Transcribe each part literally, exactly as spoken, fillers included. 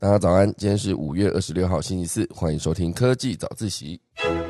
大家早安，今天是五月二十六号星期四，欢迎收听科技早自习。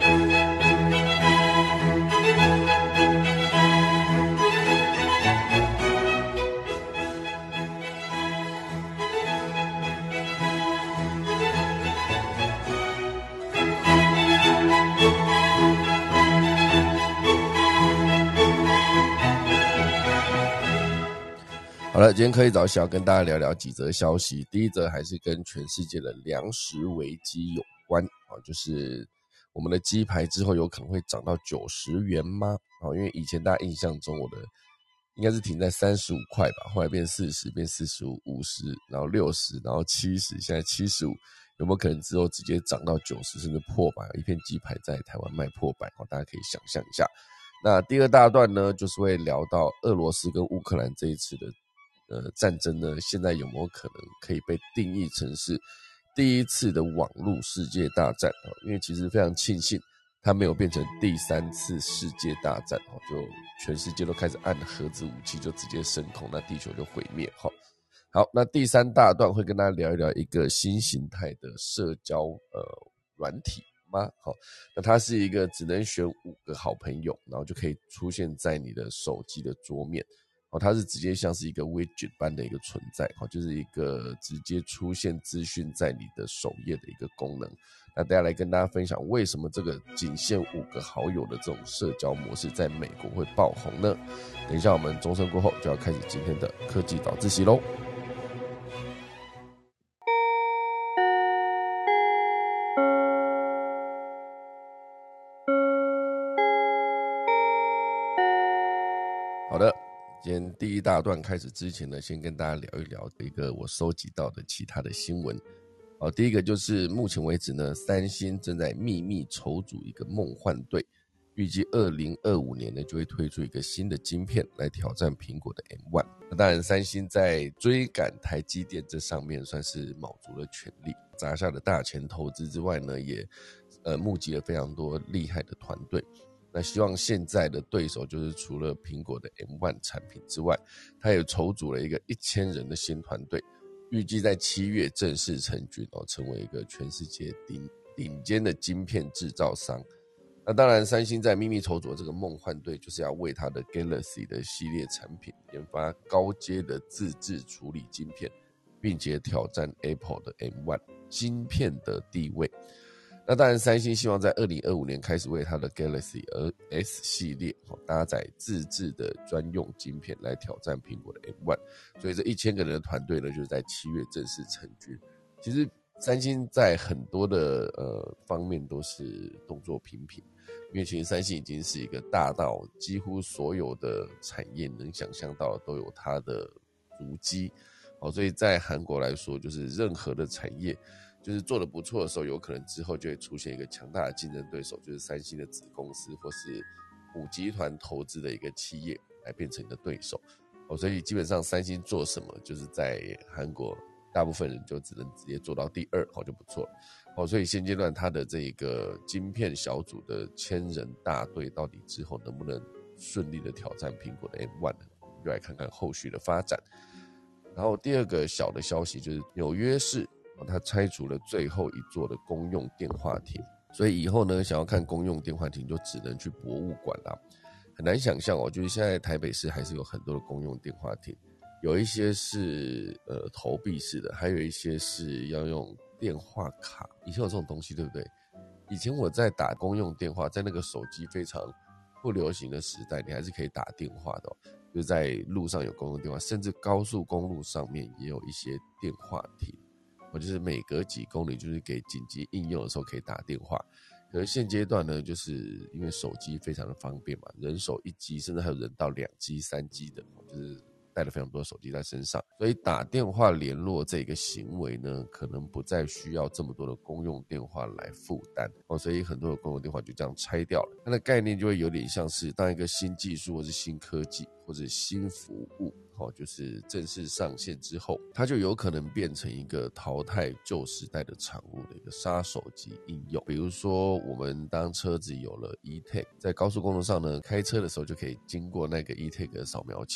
好了，今天科技早想要跟大家聊聊几则消息。第一则还是跟全世界的粮食危机有关，就是我们的鸡排之后有可能会涨到九十元吗？因为以前大家印象中我的应该是停在三十五块吧，后来变四十，变四十五，五十，然后六十，然后七十，现在七十五，有没有可能之后直接涨到九十甚至破百？一片鸡排在台湾卖破百，大家可以想象一下。那第二大段呢，就是会聊到俄罗斯跟乌克兰这一次的呃，战争呢，现在有没有可能可以被定义成是第一次的网络世界大战？因为其实非常庆幸它没有变成第三次世界大战，就全世界都开始按核子武器就直接升空，那地球就毁灭。好，那第三大段会跟大家聊一聊一个新形态的社交呃软体吗？好，那它是一个只能选五个好朋友，然后就可以出现在你的手机的桌面。哦，它是直接像是一个 widget 般的一个存在，就是一个直接出现资讯在你的首页的一个功能。那大家来跟大家分享，为什么这个仅限五个好友的这种社交模式在美国会爆红呢？等一下我们钟声过后就要开始今天的科技早自习咯。好的，今天第一大段开始之前呢，先跟大家聊一聊一个我收集到的其他的新闻。好，第一个就是目前为止呢，三星正在秘密筹组一个梦幻队，预计二零二五年呢就会推出一个新的晶片来挑战苹果的 M 一。那当然，三星在追赶台积电这上面算是卯足了全力，砸下了大钱投资之外呢，也呃募集了非常多厉害的团队。那希望现在的对手就是除了苹果的 M 一 产品之外，他也筹组了一个一千人的新团队，预计在七月正式成军，成为一个全世界顶顶尖的晶片制造商。那当然，三星在秘密筹组这个梦幻队，就是要为它的 Galaxy 的系列产品研发高阶的自制处理晶片，并且挑战 Apple 的 M 一 晶片的地位。那当然，三星希望在二零二五年开始为它的 Galaxy S 系列搭载自制的专用晶片来挑战苹果的 M 一，所以这一千个人的团队呢，就是在七月正式成军。其实三星在很多的呃方面都是动作频频，因为其实三星已经是一个大到几乎所有的产业能想象到的都有它的足迹，所以在韩国来说，就是任何的产业就是做得不错的时候，有可能之后就会出现一个强大的竞争对手，就是三星的子公司或是母集团投资的一个企业来变成一个对手。所以基本上三星做什么，就是在韩国大部分人就只能直接做到第二，就不错了。所以现阶段它的这个晶片小组的千人大队到底之后能不能顺利的挑战苹果的 M 一 呢？我们就来看看后续的发展。然后第二个小的消息就是纽约市它拆除了最后一座的公用电话亭，所以以后呢，想要看公用电话亭就只能去博物馆啦。很难想象哦，就是现在台北市还是有很多的公用电话亭，有一些是呃投币式的，还有一些是要用电话卡。以前有这种东西，对不对？以前我在打公用电话，在那个手机非常不流行的时代，你还是可以打电话的哦，就是在路上有公用电话，甚至高速公路上面也有一些电话亭。就是每隔几公里就是给紧急应用的时候可以打电话。可是现阶段呢，就是因为手机非常的方便嘛，人手一机，甚至还有人到两机三机的，就是带了非常多的手机在身上，所以打电话联络这个行为呢，可能不再需要这么多的公用电话来负担，所以很多的公用电话就这样拆掉了。它的概念就会有点像是当一个新技术或是新科技或者新服务就是正式上线之后，它就有可能变成一个淘汰旧时代的产物的一个杀手级应用。比如说我们当车子有了 E-Tag， 在高速公路上呢，开车的时候就可以经过那个 E-Tag 的扫描器，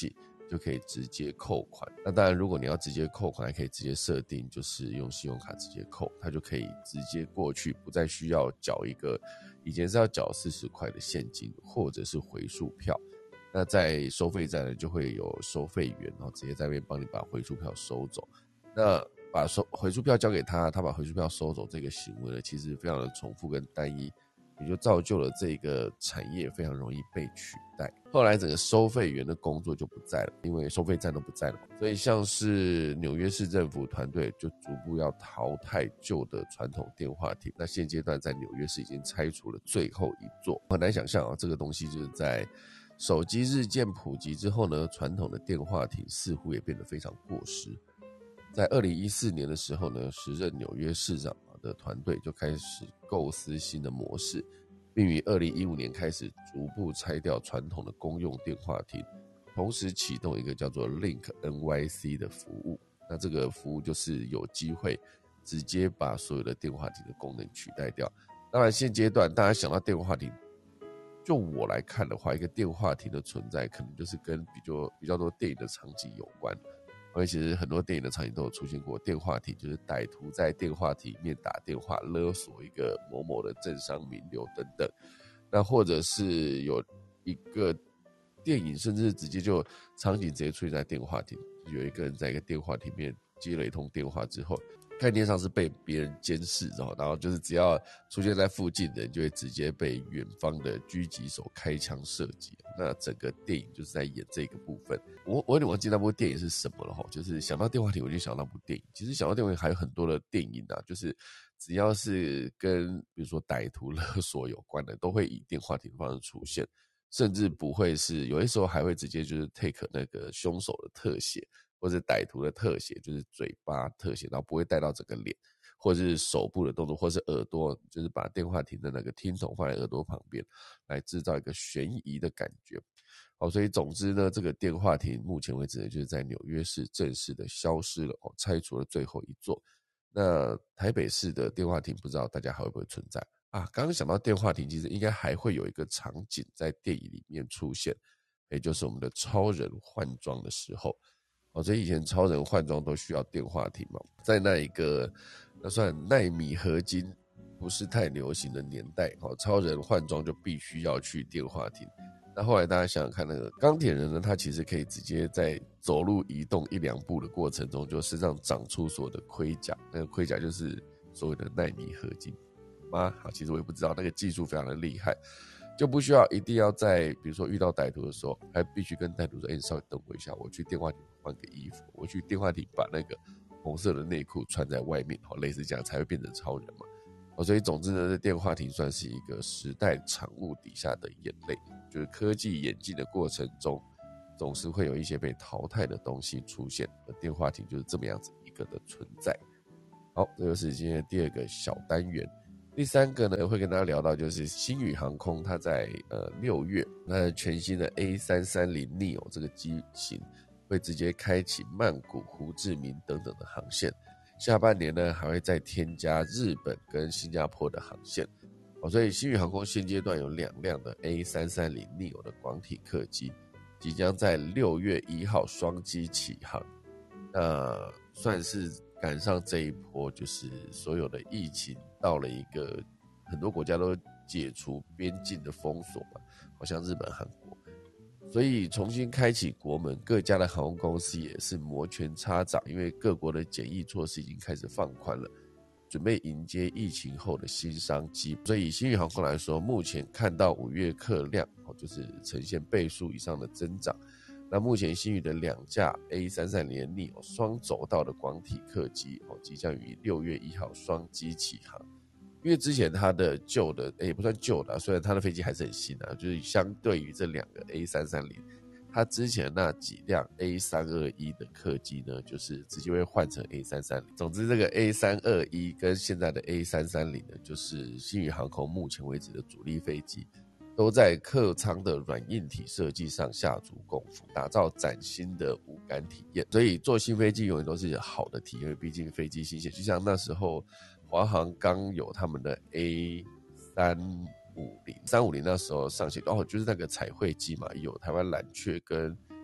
就可以直接扣款。那当然如果你要直接扣款，还可以直接设定就是用信用卡直接扣，它就可以直接过去，不再需要缴一个以前是要缴四十块的现金或者是回数票。那在收费站呢就会有收费员，然后直接在那边帮你把回数票收走。那把收回数票交给他，他把回数票收走这个行为呢，其实非常的重复跟单一，也就造就了这个产业非常容易被取代。后来整个收费员的工作就不在了，因为收费站都不在了，所以像是纽约市政府团队就逐步要淘汰旧的传统电话亭。那现阶段在纽约市已经拆除了最后一座。很难想象啊，这个东西就是在手机日渐普及之后呢，传统的电话亭似乎也变得非常过时。在二零一四年的时候呢，时任纽约市长的团队就开始构思新的模式，并于二零一五年开始逐步拆掉传统的公用电话亭，同时启动一个叫做 Link N Y C 的服务。那这个服务就是有机会直接把所有的电话亭的功能取代掉。当然现阶段大家想到电话亭，就我来看的话，一个电话亭的存在可能就是跟比较比较多电影的场景有关。因为其实很多电影的场景都有出现过电话亭，就是歹徒在电话亭里面打电话勒索一个某某的政商名流等等。那或者是有一个电影甚至直接就场景直接出现在电话亭，有一个人在一个电话亭里面接了一通电话之后，概念上是被别人监视，然后就是只要出现在附近的人就会直接被远方的狙击手开枪射击。那整个电影就是在演这个部分。我我有点忘记那部电影是什么了齁，就是想到电话亭我就想到那部电影。其实想到电话亭还有很多的电影啊，就是只要是跟比如说歹徒勒索有关的，都会以电话亭的方式出现，甚至不会是有些时候还会直接就是 take 那个凶手的特写，或者歹徒的特写，就是嘴巴特写，然后不会带到整个脸，或者是手部的动作，或是耳朵，就是把电话亭的那个听筒放在耳朵旁边，来制造一个悬疑的感觉。好，所以总之呢，这个电话亭目前为止呢，就是在纽约市正式的消失了，拆除了最后一座。那台北市的电话亭不知道大家还会不会存在啊？刚刚想到电话亭，其实应该还会有一个场景在电影里面出现，也就是我们的超人换装的时候。哦，所以以前超人换装都需要电话亭嘛，在那一个那算奈米合金不是太流行的年代，哦，超人换装就必须要去电话亭。那后来大家想想看，那个钢铁人呢，他其实可以直接在走路移动一两步的过程中，就身上长出所有的盔甲，那个盔甲就是所谓的奈米合金吗？好，其实我也不知道，那个技术非常的厉害。就不需要一定要在比如说遇到歹徒的时候，还必须跟歹徒说：“哎、欸，你稍微等我一下，我去电话亭换个衣服，我去电话亭把那个红色的内裤穿在外面，好，类似这样才会变成超人嘛。”哦，所以总之呢，这电话亭算是一个时代产物底下的眼泪，就是科技演进的过程中，总是会有一些被淘汰的东西出现，而电话亭就是这么样子一个的存在。好，这就是今天的第二个小单元。第三个呢，会跟大家聊到就是星宇航空，它在呃六月，那全新的 A 三三零 neo 这个机型会直接开启曼谷、胡志明等等的航线。下半年呢，还会再添加日本跟新加坡的航线。哦，所以星宇航空现阶段有两辆的 A 三三零 neo 的广体客机，即将在六月一号双机起航。那算是赶上这一波，就是所有的疫情到了一个很多国家都解除边境的封锁嘛，好像日本、韩国，所以重新开启国门，各家的航空公司也是摩拳擦掌，因为各国的检疫措施已经开始放宽了，准备迎接疫情后的新商机。所以以星宇航空来说，目前看到五月客量就是呈现倍数以上的增长。那目前星宇的两架 A 三三零 neo 双走道的广体客机即将于六月一号双机起航。因为之前它的旧的也不算旧的，虽然它的飞机还是很新啊，就是相对于这两个 A 三三零，它之前那几辆 A 三二一的客机呢，就是直接会换成 A 三三零。总之这个 A 三二一跟现在的 A 三三零呢，就是星宇航空目前为止的主力飞机，都在客舱的软硬体设计上下足功夫，打造崭新的无感体验。所以坐新飞机永远都是好的体验，因为毕竟飞机新鲜。就像那时候华航刚有他们的 A 三五零 三五零那时候上线，然后就是那个彩绘机嘛，有台湾蓝雀跟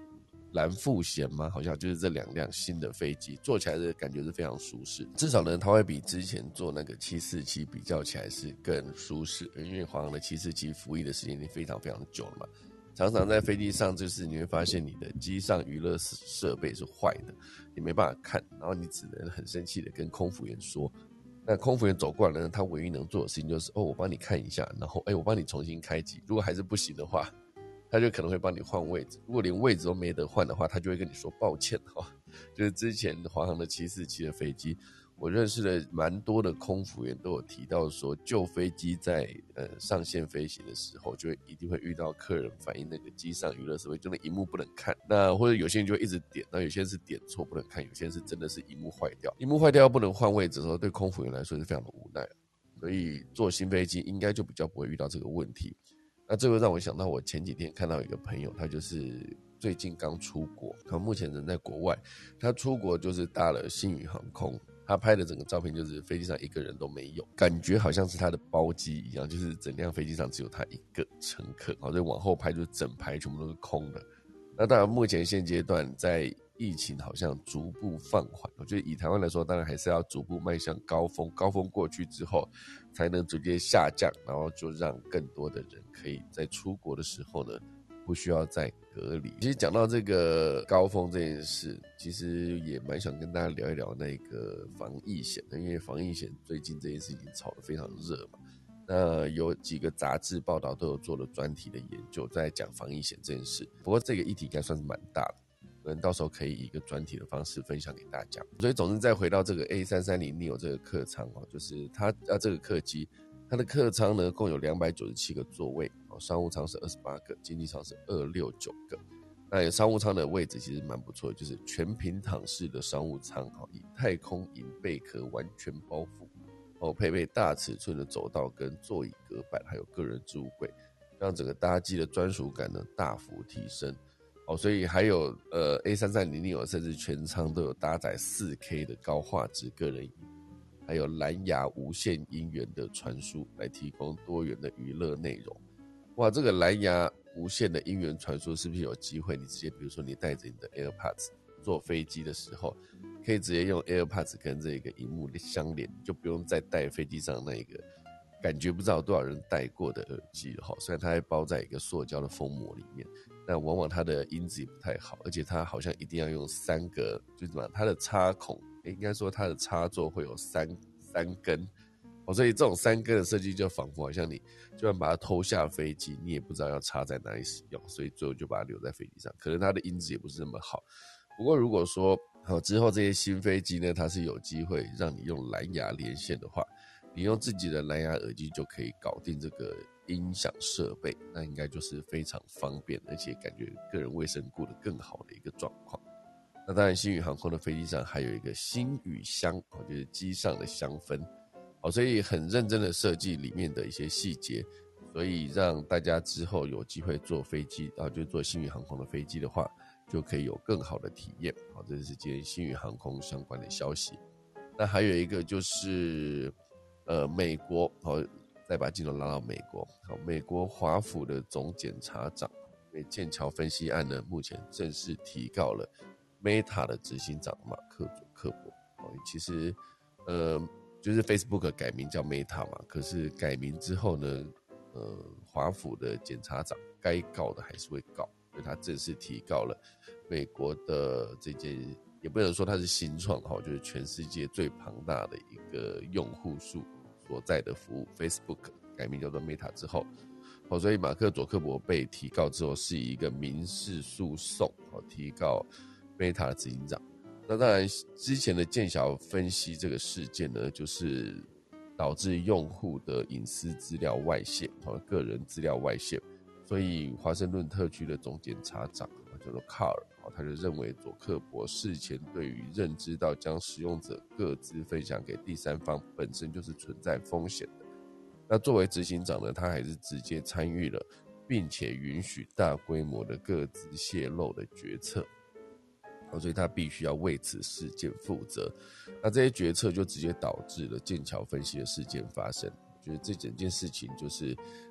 蓝富贤吗？好像就是这两辆新的飞机，坐起来的感觉是非常舒适。至少呢，它会比之前坐那个七四七比较起来是更舒适，因为华航的七四七服役的时间已经非常非常久了嘛。常常在飞机上，就是你会发现你的机上娱乐设备是坏的，你没办法看，然后你只能很生气的跟空服员说。那空服员走过来呢，他唯一能做的事情就是哦，我帮你看一下，然后哎，我帮你重新开机。如果还是不行的话，他就可能会帮你换位置，如果连位置都没得换的话，他就会跟你说抱歉哈。就是之前华航的七四七的飞机，我认识的蛮多的空服员都有提到说，旧飞机在呃上线飞行的时候，就会一定会遇到客人反映那个机上娱乐设备就那萤幕不能看，那或者有些人就会一直点，那有些人是点错不能看，有些人是真的是萤幕坏掉，萤幕坏掉不能换位置的时候，对空服员来说是非常的无奈，所以坐新飞机应该就比较不会遇到这个问题。那这个让我想到，我前几天看到一个朋友，他就是最近刚出国，他目前人在国外，他出国就是搭了星宇航空，他拍的整个照片就是飞机上一个人都没有，感觉好像是他的包机一样，就是整辆飞机上只有他一个乘客，所以往后拍就是整排全部都是空的。那当然目前现阶段在疫情好像逐步放缓，我觉得以台湾来说，当然还是要逐步迈向高峰，高峰过去之后才能逐渐下降，然后就让更多的人可以在出国的时候呢不需要再隔离。其实讲到这个高峰这件事，其实也蛮想跟大家聊一聊那个防疫险的，因为防疫险最近这件事情炒得非常热嘛。那有几个杂志报道都有做了专题的研究，在讲防疫险这件事。不过这个议题应该算是蛮大的，可能到时候可以以一个专题的方式分享给大家。所以总之再回到这个 A 三三零 neo 这个客舱哦，就是它啊这个客机，它的客舱呢共有两百九十七个座位，商务舱是二十八个，经济舱是二百六十九个。那商务舱的位置其实蛮不错的，就是全平躺式的商务舱，以太空银贝壳完全包覆。哦，配备大尺寸的走道跟座椅隔板，还有个人置物柜，让整个搭机的专属感呢大幅提升。哦，所以还有呃 A 三三零 neo 甚至全舱都有搭载 四K 的高画质个人影，还有蓝牙无线音源的传输，来提供多元的娱乐内容。哇，这个蓝牙无线的音源传输是不是有机会？你直接比如说你带着你的 AirPods 坐飞机的时候，可以直接用 AirPods 跟这个萤幕相连，就不用再带飞机上那个感觉不知道有多少人戴过的耳机了。虽然它还包在一个塑胶的封膜里面，但往往它的音质也不太好，而且它好像一定要用三个，就是什么，它的插孔，应该说它的插座会有三三根。哦，所以这种三根的设计就仿佛好像你就算把它偷下飞机，你也不知道要插在哪里使用，所以最后就把它留在飞机上，可能它的音质也不是那么好。不过如果说好之后这些新飞机呢，它是有机会让你用蓝牙连线的话，你用自己的蓝牙耳机就可以搞定这个音响设备，那应该就是非常方便，而且感觉个人卫生顾得更好的一个状况。那当然星宇航空的飞机上还有一个星宇香，就是机上的香氛，所以很认真的设计里面的一些细节，所以让大家之后有机会坐飞机，然后就坐星宇航空的飞机的话，就可以有更好的体验。好，这是今天星宇航空相关的消息。那还有一个就是呃美国，好，再把镜头拉到美国。好，美国华府的总检察长，因为剑桥分析案呢，目前正式提告了 Meta 的执行长马克佐克伯。好，其实呃就是 Facebook 改名叫 Meta 嘛，可是改名之后呢，呃华府的检察长该告的还是会告。所以他正式提告了美国的这件，也不能说它是新创，就是全世界最庞大的一个用户数所在的服务 Facebook 改名叫做 Meta 之后，所以马克佐克伯被提告之后是以一个民事诉讼提告 Meta 的执行长。那当然之前的剑桥分析这个事件呢，就是导致用户的隐私资料外泄，个人资料外泄，所以华盛顿特区的总检察长叫做卡尔，他就认为佐克伯事前对于认知到将使用者个资分享给第三方本身就是存在风险的。那作为执行长呢，他还是直接参与了并且允许大规模的个资泄露的决策，所以他必须要为此事件负责。那这些决策就直接导致了剑桥分析的事件发生。我觉得这整件事情就是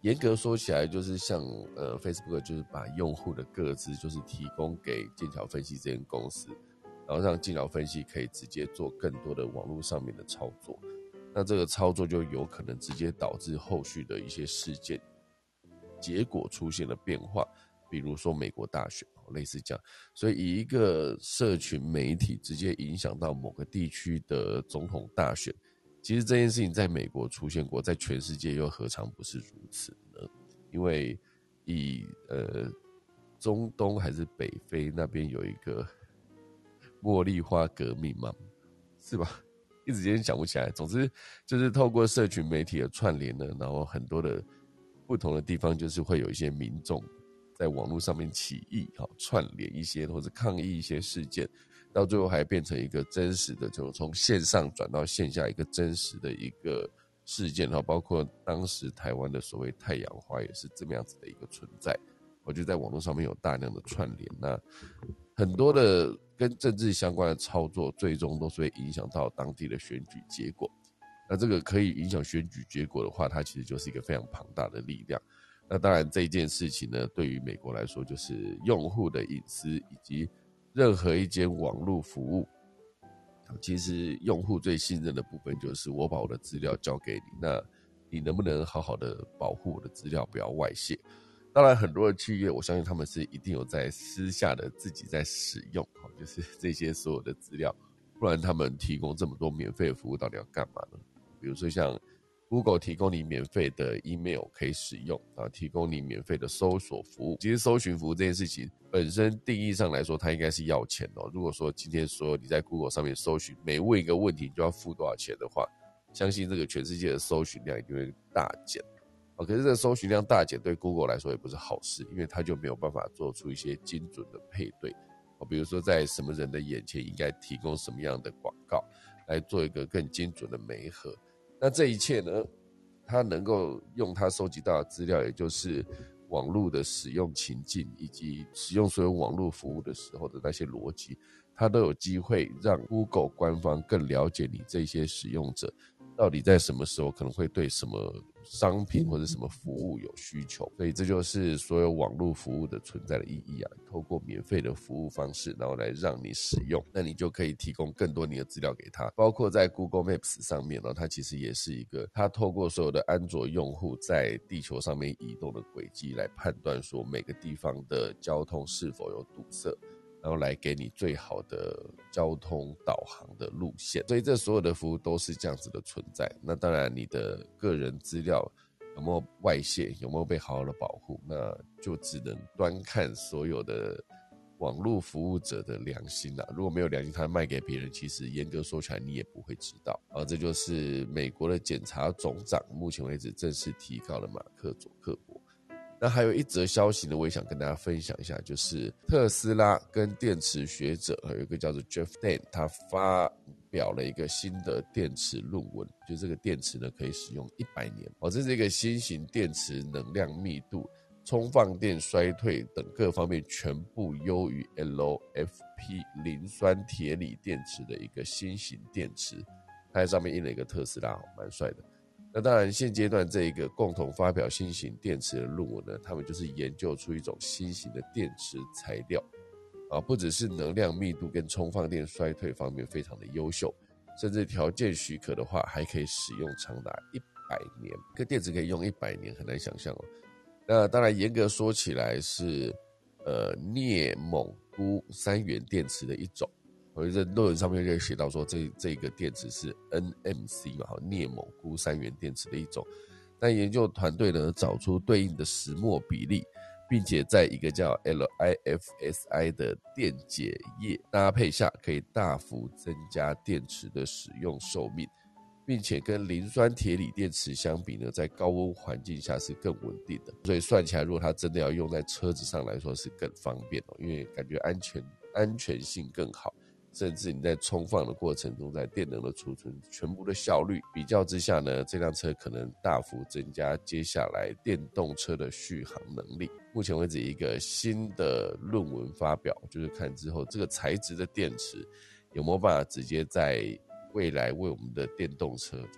严格说起来，就是像呃 Facebook 就是把用户的个资就是提供给剑桥分析这间公司，然后让剑桥分析可以直接做更多的网络上面的操作。那这个操作就有可能直接导致后续的一些事件结果出现了变化，比如说美国大选，类似这样。所以以一个社群媒体直接影响到某个地区的总统大选，其实这件事情在美国出现过，在全世界又何尝不是如此呢？因为以呃中东还是北非那边有一个茉莉花革命嘛，是吧？一时间想不起来。总之就是透过社群媒体的串联呢，然后很多的不同的地方就是会有一些民众在网络上面起义，串联一些或者抗议一些事件，到最后还变成一个真实的，就从线上转到线下一个真实的一个事件，包括当时台湾的所谓太阳花也是这么样子的一个存在。我觉得在网络上面有大量的串联，那很多的跟政治相关的操作最终都是会影响到当地的选举结果。那这个可以影响选举结果的话，它其实就是一个非常庞大的力量。那当然这一件事情呢，对于美国来说就是用户的隐私以及任何一间网络服务，其实用户最信任的部分就是我把我的资料交给你，那你能不能好好的保护我的资料不要外泄。当然很多的企业我相信他们是一定有在私下的自己在使用，就是这些所有的资料，不然他们提供这么多免费的服务到底要干嘛呢？比如说像 Google 提供你免费的 email 可以使用，提供你免费的搜索服务。其实搜寻服务这件事情本身定义上来说它应该是要钱的。如果说今天说你在 Google 上面搜寻，每问一个问题你就要付多少钱的话，相信这个全世界的搜寻量一定会大减。可是这个搜寻量大减对 Google 来说也不是好事，因为它就没有办法做出一些精准的配对，比如说在什么人的眼前应该提供什么样的广告，来做一个更精准的媒合。那这一切呢，它能够用它收集到的资料，也就是网络的使用情境以及使用所有网络服务的时候的那些逻辑，它都有机会让 Google 官方更了解你这些使用者到底在什么时候可能会对什么商品或者什么服务有需求。所以这就是所有网络服务的存在的意义啊，透过免费的服务方式然后来让你使用，那你就可以提供更多你的资料给他。包括在 Google Maps 上面，它其实也是一个它透过所有的安卓用户在地球上面移动的轨迹来判断说每个地方的交通是否有堵塞，然后来给你最好的交通导航的路线。所以这所有的服务都是这样子的存在。那当然你的个人资料有没有外泄，有没有被好好的保护，那就只能端看所有的网络服务者的良心啦。如果没有良心，他卖给别人，其实严格说起来你也不会知道啊。这就是美国的检察总长目前为止正式提告了马克佐克伯。那还有一则消息呢，我也想跟大家分享一下，就是特斯拉跟电池学者有一个叫做 Jeff Dane， 他发表了一个新的电池论文，就这个电池呢可以使用一百年。哦，这是一个新型电池能量密度、充放电衰退等各方面全部优于 L F P 磷酸铁锂电池的一个新型电池。它在上面印了一个特斯拉，蛮帅的。那当然现阶段这一个共同发表新型电池的论文呢，他们就是研究出一种新型的电池材料啊，不只是能量密度跟充放电衰退方面非常的优秀，甚至条件许可的话还可以使用长达一百年。一个电池可以用一百年，很难想象哦。那当然严格说起来是呃镍锰钴三元电池的一种。我在论文上面就写到说这这个电池是 N M C 嘛，镍锰钴三元电池的一种。但研究团队呢找出对应的石墨比例，并且在一个叫 L I F S I 的电解液搭配下，可以大幅增加电池的使用寿命，并且跟磷酸铁锂电池相比呢，在高温环境下是更稳定的。所以算起来，如果它真的要用在车子上来说是更方便哦，因为感觉安全安全性更好。甚至你在充放的过程中，在电能的储存全部的效率比较之下呢，这辆车可能大幅增加接下来电动车的续航能力。目前为止一个新的论文发表，就是看之后这个材质的电池有没有办法直接在未来为我们的电动车就是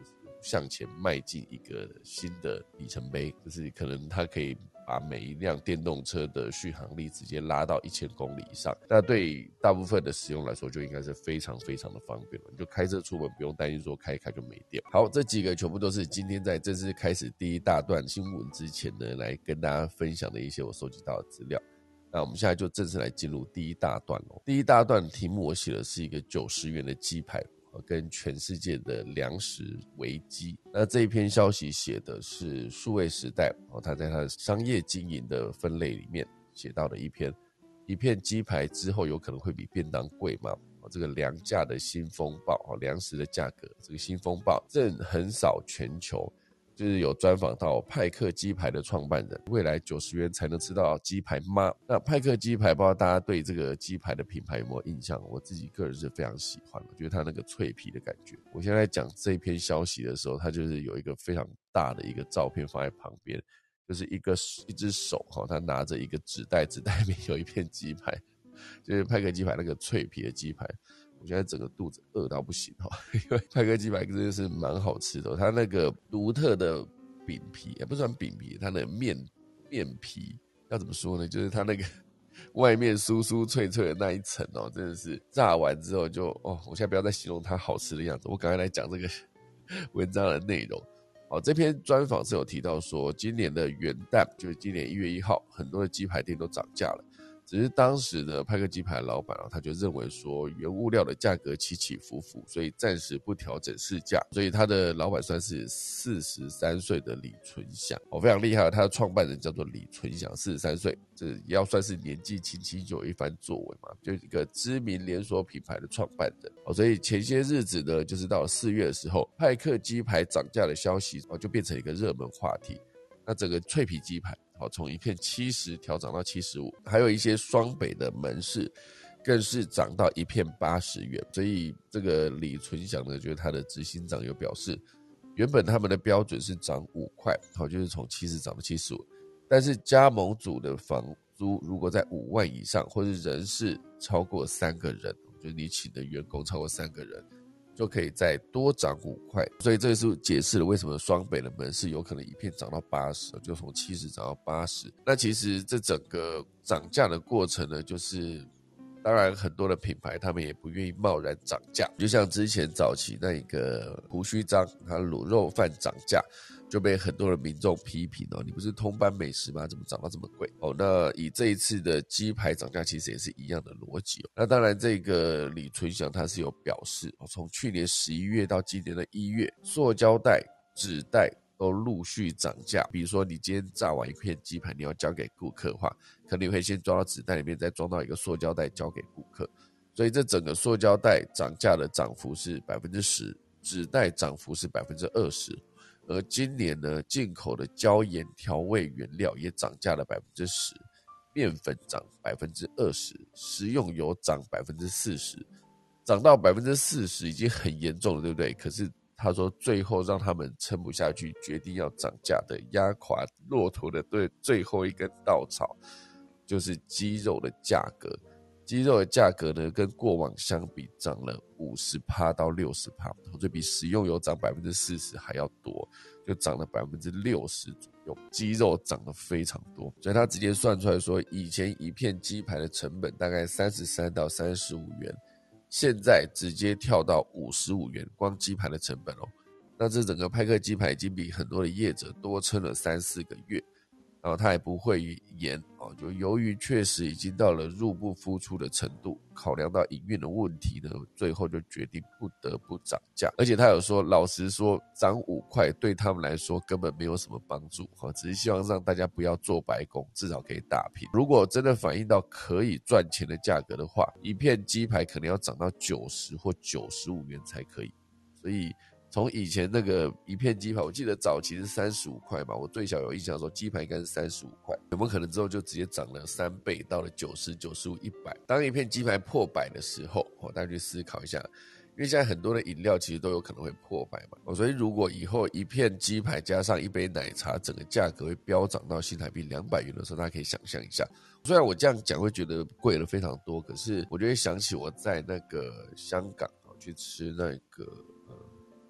向前迈进一个新的里程碑，就是可能它可以把每一辆电动车的续航力直接拉到一千公里以上，那对大部分的使用来说就应该是非常非常的方便了，你就开车出门不用担心说开一开就没电。好，这几个全部都是今天在正式开始第一大段新闻之前呢，来跟大家分享的一些我收集到的资料。那我们现在就正式来进入第一大段哦。第一大段的题目我写的是一个九十元的鸡排跟全世界的粮食危机。那这一篇消息写的是数位时代，他在他的商业经营的分类里面写到的一篇，一片鸡排之后有可能会比便当贵吗？这个粮价的新风暴，粮食的价格这个新风暴正横扫全球。就是有专访到派克鸡排的创办人，未来九十元才能吃到鸡排吗？那派克鸡排不知道大家对这个鸡排的品牌有没有印象？我自己个人是非常喜欢，我觉得它那个脆皮的感觉。我现在讲这篇消息的时候，它就是有一个非常大的一个照片放在旁边，就是一个一只手他拿着一个纸袋，纸袋里面有一片鸡排，就是派克鸡排那个脆皮的鸡排。我现在整个肚子饿到不行，因为派克鸡排真的是蛮好吃的，它那个独特的饼皮，也不算饼皮，它的面面皮要怎么说呢？就是它那个外面酥酥脆脆的那一层哦，真的是炸完之后就哦，我现在不要再形容它好吃的样子，我赶快来讲这个文章的内容。好，这篇专访是有提到说，今年的元旦就是今年一月一号，很多的鸡排店都涨价了。只是当时呢，派克鸡排的老板、啊、他就认为说原物料的价格起起伏伏，所以暂时不调整市价。所以他的老板算是四十三岁的李存祥，哦，非常厉害。他的创办人叫做李存祥，四十三岁，这也要算是年纪轻轻就有一番作为嘛，就一个知名连锁品牌的创办人。哦，所以前些日子呢，就是到了四月的时候，派克鸡排涨价的消息、哦、就变成一个热门话题。那整个脆皮鸡排从一片七十调涨到七十五，还有一些双北的门市更是涨到一片八十元。所以这个李存祥呢，就是他的执行长有表示，原本他们的标准是涨五块，就是从七十涨到七十五，但是加盟组的房租如果在五万以上，或是人事超过三个人，就是你请的员工超过三个人，就可以再多涨五块。所以这是解释了为什么双北的门市有可能一片涨到八十，就从七十涨到八十。那其实这整个涨价的过程呢，就是当然很多的品牌他们也不愿意贸然涨价，就像之前早期那个胡须章他卤肉饭涨价，就被很多的民众批评哦，你不是通班美食吗？怎么涨到这么贵？哦，那以这一次的鸡排涨价，其实也是一样的逻辑哦。那当然，这个李存祥他是有表示哦，从去年十一月到今年的一月，塑胶袋、纸袋都陆续涨价。比如说，你今天炸完一片鸡排，你要交给顾客的话，可能你会先装到纸袋里面，再装到一个塑胶袋交给顾客。所以这整个塑胶袋涨价的涨幅是 百分之十， 纸袋涨幅是 百分之二十。而今年呢，进口的椒盐调味原料也涨价了 百分之十， 面粉涨 百分之二十， 食用油涨 百分之四十， 涨到 百分之四十 已经很严重了，对不对？可是他说最后让他们撑不下去，决定要涨价的压垮骆驼的对最后一根稻草，就是鸡肉的价格。鸡肉的价格呢，跟过往相比涨了 百分之五十到百分之六十， 就比食用油涨 百分之四十 还要多，就涨了 百分之六十 左右。鸡肉涨得非常多，所以他直接算出来说，以前一片鸡排的成本大概三十三到三十五元，现在直接跳到五十五元，光鸡排的成本哦。那这整个派克鸡排已经比很多的业者多撑了三四个月。然后他也不会延，就由于确实已经到了入不敷出的程度，考量到营运的问题呢，最后就决定不得不涨价。而且他有说，老实说，涨五块对他们来说根本没有什么帮助，只是希望让大家不要做白工，至少可以打平。如果真的反映到可以赚钱的价格的话，一片鸡排可能要涨到九十或九十五元才可以。所以从以前那个一片鸡排，我记得早期是三十五块嘛，我最小有印象说鸡排应该是三十五块，有没有可能之后就直接涨了三倍，到了九十、九十五、一百？当一片鸡排破百的时候，大家去思考一下，因为现在很多的饮料其实都有可能会破百嘛，所以如果以后一片鸡排加上一杯奶茶，整个价格会飙涨到新台币两百元的时候，大家可以想象一下。虽然我这样讲会觉得贵了非常多，可是我就会想起我在那个香港去吃那个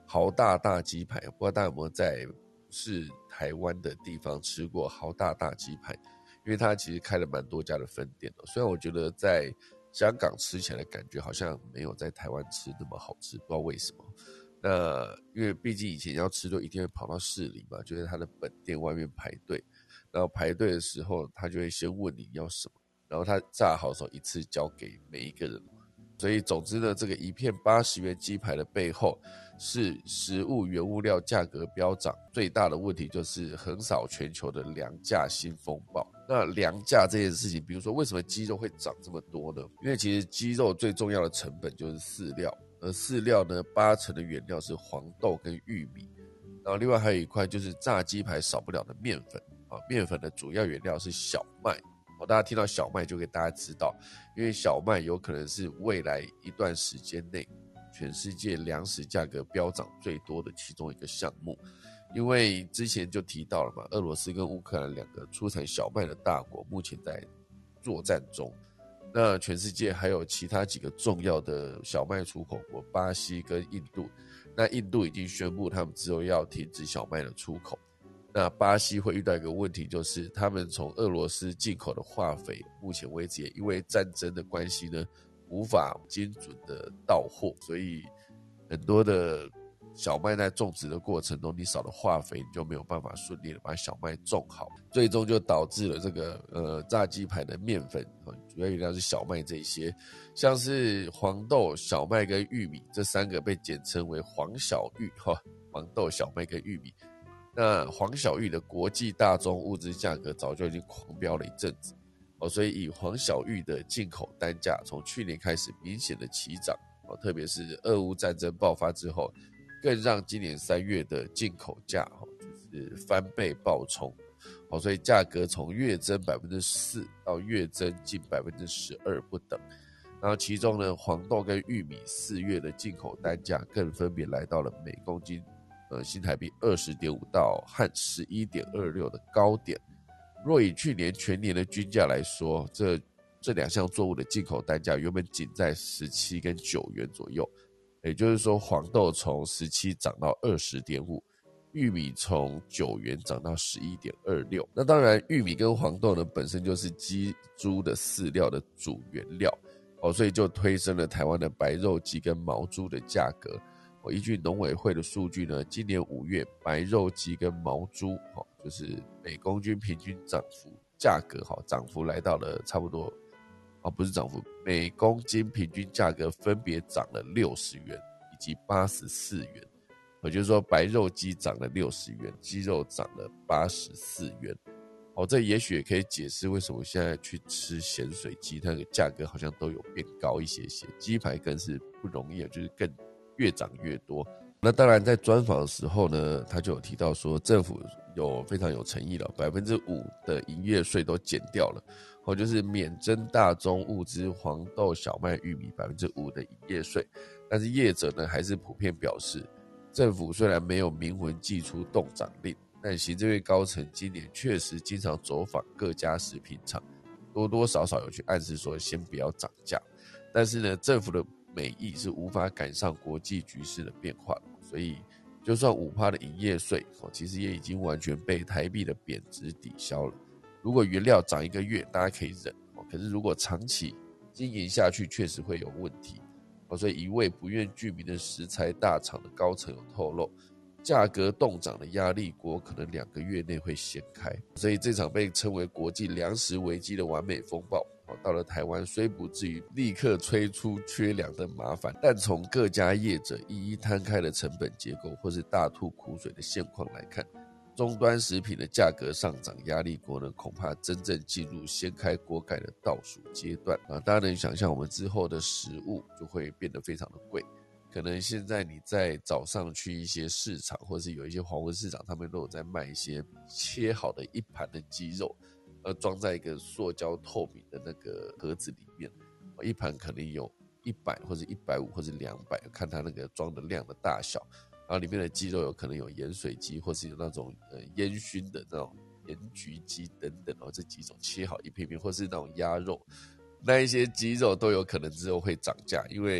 豪大大鸡排，不知道大家有没有在是台湾的地方吃过豪大大鸡排，因为它其实开了蛮多家的分店的。虽然我觉得在香港吃起来的感觉好像没有在台湾吃那么好吃，不知道为什么。那因为毕竟以前要吃都一定会跑到市里嘛，就在他的本店外面排队，然后排队的时候他就会先问你要什么，然后他炸好的时候一次交给每一个人。所以总之呢，这个一片八十元鸡排的背后是食物原物料价格飙涨，最大的问题就是横扫全球的粮价新风暴。那粮价这件事情，比如说为什么鸡肉会涨这么多呢？因为其实鸡肉最重要的成本就是饲料，而饲料呢，八成的原料是黄豆跟玉米，然后另外还有一块就是炸鸡排少不了的面粉啊，面粉的主要原料是小麦。哦，大家听到小麦就给大家知道，因为小麦有可能是未来一段时间内全世界粮食价格飙涨最多的其中一个项目。因为之前就提到了嘛，俄罗斯跟乌克兰两个出产小麦的大国目前在作战中，那全世界还有其他几个重要的小麦出口国，巴西跟印度，那印度已经宣布他们之后要停止小麦的出口。那巴西会遇到一个问题，就是他们从俄罗斯进口的化肥，目前为止也因为战争的关系呢，无法精准的到货，所以很多的小麦在种植的过程中，你少了化肥，你就没有办法顺利的把小麦种好，最终就导致了这个呃炸鸡排的面粉，主要原料是小麦这些，像是黄豆、小麦跟玉米这三个被简称为黄小玉哈，黄豆、小麦跟玉米。那黄小玉的国际大宗物资价格早就已经狂飙了一阵子，哦，所以以黄小玉的进口单价从去年开始明显的起涨，哦，特别是俄乌战争爆发之后，更让今年三月的进口价，哦，就是翻倍爆冲，哦，所以价格从月增 百分之四 到月增近 百分之十二 不等。然后其中呢，黄豆跟玉米四月的进口单价更分别来到了每公斤呃，新台币 二十点五 到和 十一点二六 的高点。若以去年全年的均价来说，这这两项作物的进口单价原本仅在十七跟九元左右，也就是说黄豆从十七涨到 二十点五， 玉米从九元涨到 十一点二六。那当然玉米跟黄豆呢本身就是鸡猪的饲料的主原料，哦，所以就推升了台湾的白肉鸡跟毛猪的价格。依据农委会的数据呢，今年五月白肉鸡跟毛猪，就是每公斤平均涨幅价格涨幅来到了差不多，不是涨幅，每公斤平均价格分别涨了六十元以及八十四元。也就是说白肉鸡涨了六十元，鸡肉涨了八十四元。哦，这也许也可以解释为什么现在去吃咸水鸡，它的价格好像都有变高一些些。鸡排更是不容易，就是更越涨越多。那当然在专访的时候呢，他就有提到说政府有非常有诚意了， 百分之五 的营业税都减掉了，哦，就是免征大宗物资黄豆、小麦、玉米 百分之五 的营业税。但是业者呢还是普遍表示，政府虽然没有明文寄出冻涨令，但行政院高层今年确实经常走访各家食品厂，多多少少有去暗示说先不要涨价。但是呢，政府的美意是无法赶上国际局势的变化，所以就算 百分之五 的营业税，其实也已经完全被台币的贬值抵消了。如果原料涨一个月大家可以忍，可是如果长期经营下去确实会有问题。所以一位不愿具名的食材大厂的高层有透露，价格冻涨的压力锅可能两个月内会掀开。所以这场被称为国际粮食危机的完美风暴，到了台湾虽不至于立刻催出缺粮的麻烦，但从各家业者一一摊开的成本结构或是大吐苦水的现况来看，终端食品的价格上涨压力锅呢，恐怕真正进入掀开锅盖的倒数阶段啊！大家能想象我们之后的食物就会变得非常的贵。可能现在你在早上去一些市场，或是有一些黄昏市场，他们都有在卖一些切好的一盘的鸡肉，而装在一个塑胶透明的那个盒子里面，一盘可能有一百或者一百五或者两百，看它那个装的量的大小。然后里面的鸡肉有可能有盐水鸡，或是有那种呃烟熏的那种盐焗鸡等等，然后这几种切好一片片，或是那种鸭肉，那一些鸡肉都有可能之后会涨价，因为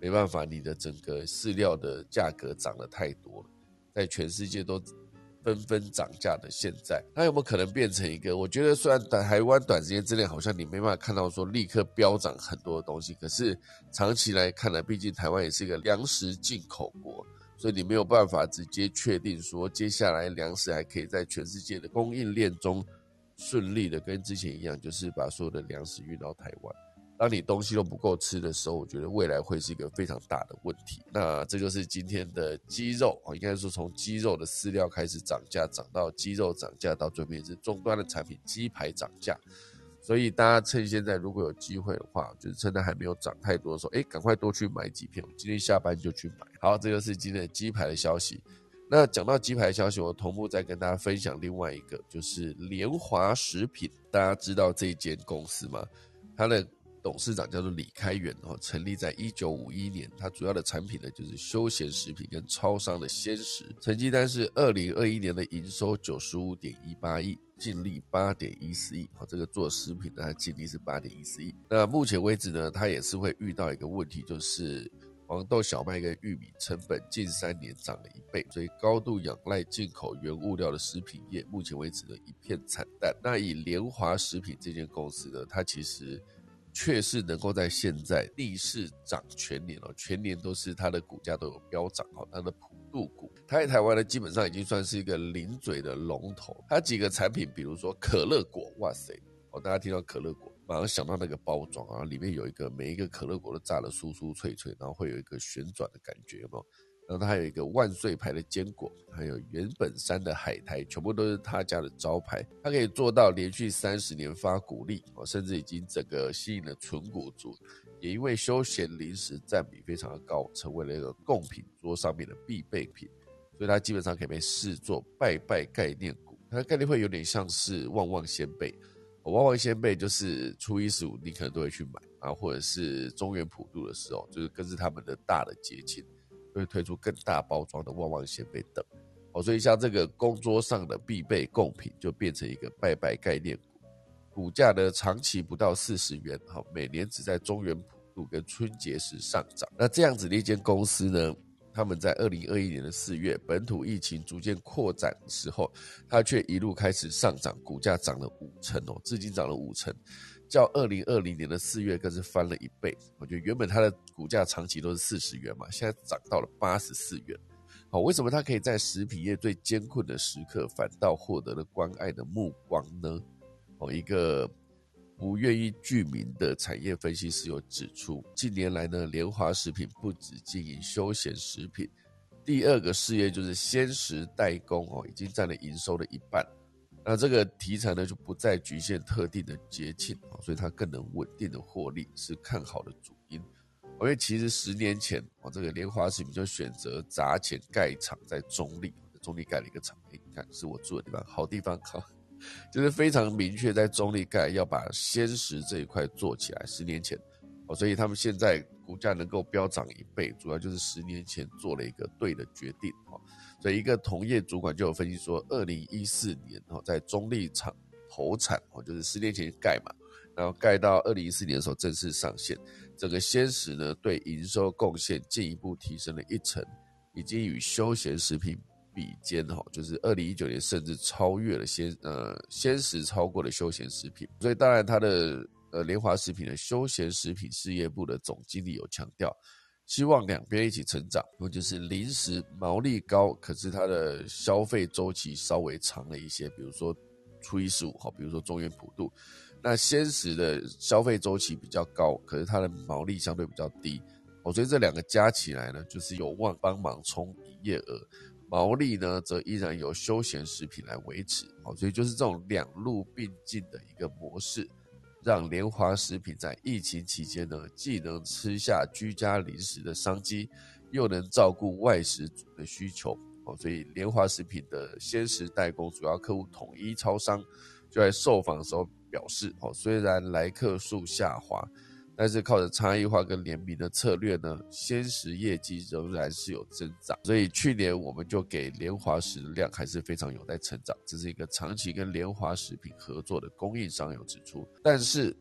没办法，你的整个饲料的价格涨得太多了，在全世界都纷纷涨价的现在，它有没有可能变成一个？我觉得虽然台湾短时间之内好像你没办法看到说立刻飙涨很多的东西，可是长期来看呢，毕竟台湾也是一个粮食进口国，所以你没有办法直接确定说接下来粮食还可以在全世界的供应链中顺利的跟之前一样，就是把所有的粮食运到台湾。当你东西都不够吃的时候，我觉得未来会是一个非常大的问题。那这就是今天的鸡肉，应该说从鸡肉的饲料开始涨价，涨到鸡肉涨价，到最后面是终端的产品鸡排涨价。所以大家趁现在如果有机会的话，就是趁它还没有涨太多的时候，哎，赶快多去买几片。我今天下班就去买。好，这就是今天的鸡排的消息。那讲到鸡排的消息，我同步再跟大家分享另外一个，就是联华食品。大家知道这一间公司吗？它的董事长叫做李开元，成立在一九五一年，它主要的产品呢就是休闲食品跟超商的鲜食。成绩单是二零二一年的营收 九十五点一八亿，净利 八点一四亿，这个做食品的它净利是 八点一四亿。那目前为止呢，它也是会遇到一个问题，就是黄豆、小麦跟玉米成本近三年涨了一倍，所以高度仰赖进口原物料的食品业，目前为止呢一片惨淡。那以联华食品这间公司呢，它其实确实能够在现在逆势涨全年，全年都是它的股价都有飙涨，它的普渡股，它在台湾呢基本上已经算是一个零嘴的龙头。它几个产品，比如说可乐果，哇塞，大家听到可乐果马上想到那个包装啊，里面有一个每一个可乐果都炸得酥酥脆脆，然后会有一个旋转的感觉，有没有？然后它还有一个万岁牌的坚果，还有原本山的海苔，全部都是他家的招牌。它可以做到连续三十年发股利，甚至已经整个吸引了纯股族，也因为休闲零食占比非常的高，成为了一个贡品桌上面的必备品，所以它基本上可以被视作拜拜概念股。它的概念会有点像是旺旺仙贝，旺旺仙贝就是初一十五你可能都会去买啊，或者是中元普渡的时候，就是更是他们的大的节庆，会推出更大包装的旺旺仙贝等。所以像这个供桌上的必备贡品就变成一个拜拜概念股，股价呢长期不到四十元，每年只在中元普渡跟春节时上涨。那这样子的一间公司呢，他们在二零二一年的四月本土疫情逐渐扩展的时候，它却一路开始上涨，股价涨了五成哦，至今涨了五成，较二零二零年的四月更是翻了一倍。我觉得原本它的股价长期都是四十元嘛，现在涨到了八十四元。好，为什么它可以在食品业最艰困的时刻反倒获得了关爱的目光呢？哦，一个不愿意具名的产业分析师有指出，近年来呢，联华食品不只经营休闲食品，第二个事业就是鲜食代工哦，已经占了营收的一半。那这个题材呢，就不再局限特定的节庆，所以它更能稳定的获利，是看好的主因。因为其实十年前，这个联华食品就选择砸钱盖厂在中立，在中立盖了一个厂，你看是我住的地方，好地方，好，就是非常明确在中立盖要把鲜食这一块做起来。十年前，所以他们现在股价能够飙涨一倍，主要就是十年前做了一个对的决定。所以一个同业主管就有分析说，二零一四年在中立厂投产，就是十年前盖嘛，然后盖到二零一四年的时候正式上线，整个鲜食呢对营收贡献进一步提升了一成，已经与休闲食品比肩，就是二零一九年甚至超越了鲜呃鲜食超过了休闲食品。所以当然它的呃联华食品的休闲食品事业部的总经理有强调，希望两边一起成长，就是零食毛利高，可是它的消费周期稍微长了一些，比如说初一十五，比如说中元普渡。那鲜食的消费周期比较高，可是它的毛利相对比较低，所以这两个加起来呢，就是有望帮忙冲营业额，毛利呢则依然由休闲食品来维持，所以就是这种两路并进的一个模式，让联华食品在疫情期间呢，既能吃下居家零食的商机，又能照顾外食族的需求。所以联华食品的鲜食代工主要客户统一超商就在受访的时候表示，虽然来客数下滑，但是靠着差异化跟联名的策略呢，鲜食业绩仍然是有增长。所以去年我们就给联华食的量还是非常有待成长，这是一个长期跟联华食品合作的供应商有指出。但是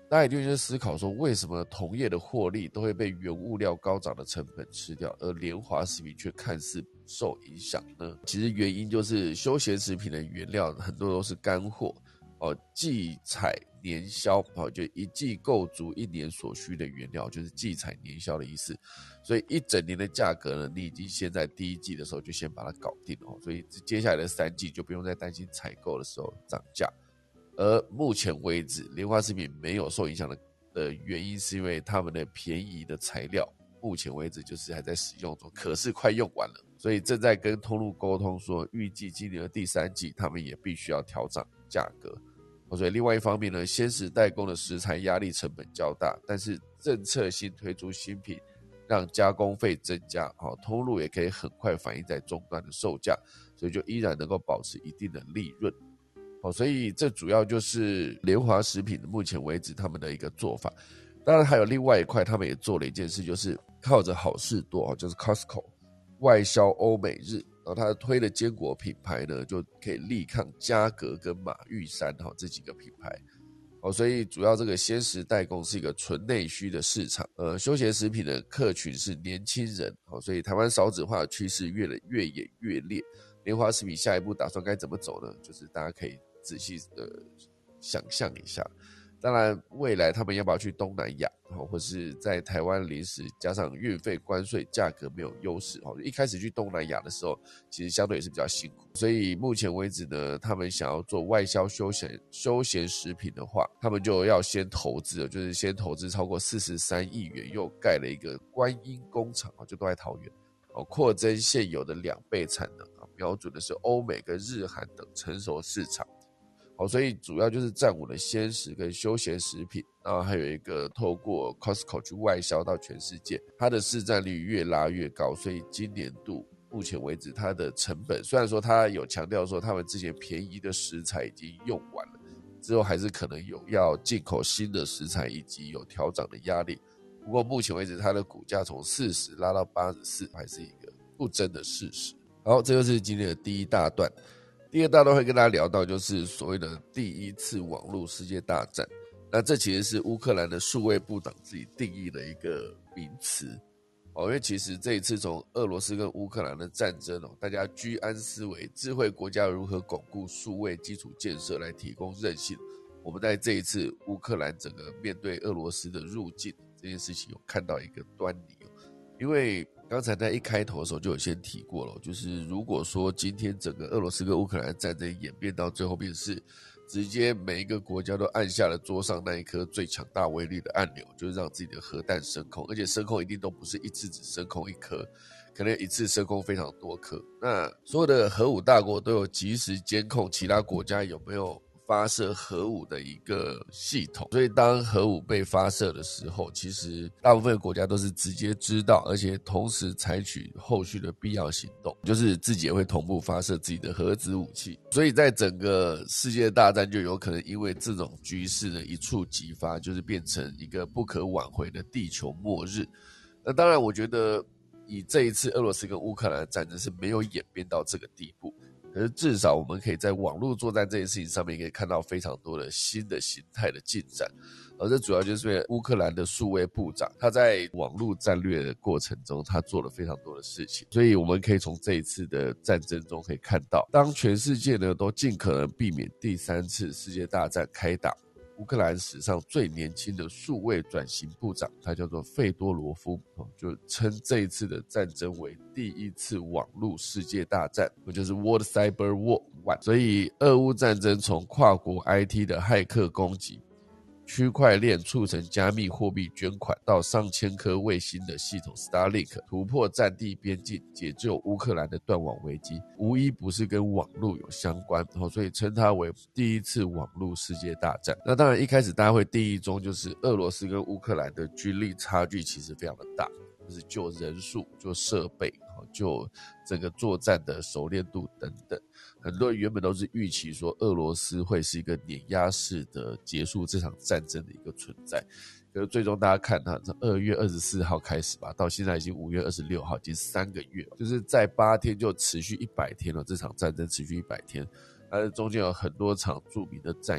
大家一定会思考说，为什么同业的获利都会被原物料高涨的成本吃掉，而联华食品却看似不受影响呢？其实原因就是休闲食品的原料很多都是干货哦，季采年销哦，就一季购足一年所需的原料，就是季采年销的意思。所以一整年的价格呢，你已经先在第一季的时候就先把它搞定哦，所以接下来的三季就不用再担心采购的时候涨价。而目前为止，联华食品没有受影响 的, 的原因，是因为他们的便宜的材料，目前为止就是还在使用中，可是快用完了，所以正在跟通路沟通说，预计今年的第三季，他们也必须要调涨价格。所以另外一方面呢，鲜食代工的食材压力成本较大，但是政策新推出新品，让加工费增加，通路也可以很快反映在终端的售价，所以就依然能够保持一定的利润。所以这主要就是联华食品目前为止他们的一个做法。当然还有另外一块，他们也做了一件事，就是靠着好事多，就是 Costco 外销欧美日，然后他推的坚果品牌呢，就可以力抗嘉格跟马玉山这几个品牌。所以主要这个鲜食代工是一个纯内需的市场，呃，休闲食品的客群是年轻人，所以台湾少子化的趋势越来越演越烈。联华食品下一步打算该怎么走呢？就是大家可以仔细的想象一下。当然未来他们要不要去东南亚，或是在台湾临时加上运费关税价格没有优势，一开始去东南亚的时候其实相对也是比较辛苦，所以目前为止呢，他们想要做外销休闲休闲食品的话，他们就要先投资了，就是先投资超过四十三亿元，又盖了一个观音工厂，就都在桃园，扩增现有的两倍产能，瞄准的是欧美跟日韩等成熟市场。所以主要就是站稳了鲜食跟休闲食品，然后还有一个透过 Costco 去外销到全世界，它的市占率越拉越高，所以今年度目前为止它的成本，虽然说它有强调说他们之前便宜的食材已经用完了，之后还是可能有要进口新的食材以及有调涨的压力，不过目前为止它的股价从四十拉到八十四，还是一个不争的事实。好，这就是今天的第一大段。第二大段会跟大家聊到就是所谓的第一次网络世界大战，那这其实是乌克兰的数位部长自己定义的一个名词，因为其实这一次从俄罗斯跟乌克兰的战争，大家居安思危，智慧国家如何巩固数位基础建设来提供韧性，我们在这一次乌克兰整个面对俄罗斯的入境这件事情有看到一个端倪。因为刚才在一开头的时候就有先提过了，就是如果说今天整个俄罗斯跟乌克兰战争演变到最后面是直接每一个国家都按下了桌上那一颗最强大威力的按钮，就是让自己的核弹升空，而且升空一定都不是一次只升空一颗，可能一次升空非常多颗，那所有的核武大国都有即时监控其他国家有没有发射核武的一个系统，所以当核武被发射的时候，其实大部分的国家都是直接知道，而且同时采取后续的必要行动，就是自己也会同步发射自己的核子武器。所以在整个世界大战就有可能因为这种局势呢一触即发，就是变成一个不可挽回的地球末日。那当然我觉得以这一次俄罗斯跟乌克兰的战争是没有演变到这个地步，可是至少我们可以在网络作战这件事情上面可以看到非常多的新的形态的进展，而这主要就是因为乌克兰的数位部长他在网络战略的过程中他做了非常多的事情，所以我们可以从这一次的战争中可以看到，当全世界呢都尽可能避免第三次世界大战开打，乌克兰史上最年轻的数位转型部长，他叫做费多罗夫，就称这一次的战争为第一次网络世界大战，就是 World Cyber War 一。所以俄乌战争从跨国 I T 的骇客攻击，区块链促成加密货币捐款，到上千颗卫星的系统 Starlink 突破战地边境，解救乌克兰的断网危机，无一不是跟网络有相关，所以称它为第一次网络世界大战。那当然一开始大家会定义中就是俄罗斯跟乌克兰的军力差距其实非常的大，就是就人数、就设备、就整个作战的熟练度等等，很多人原本都是预期说俄罗斯会是一个碾压式的结束这场战争的一个存在，可是最终大家看它从二月二十四号开始吧，到现在已经五月二十六号，已经三个月了，就是在八天就持续一百天了，这场战争持续一百天，它中间有很多场著名的战役，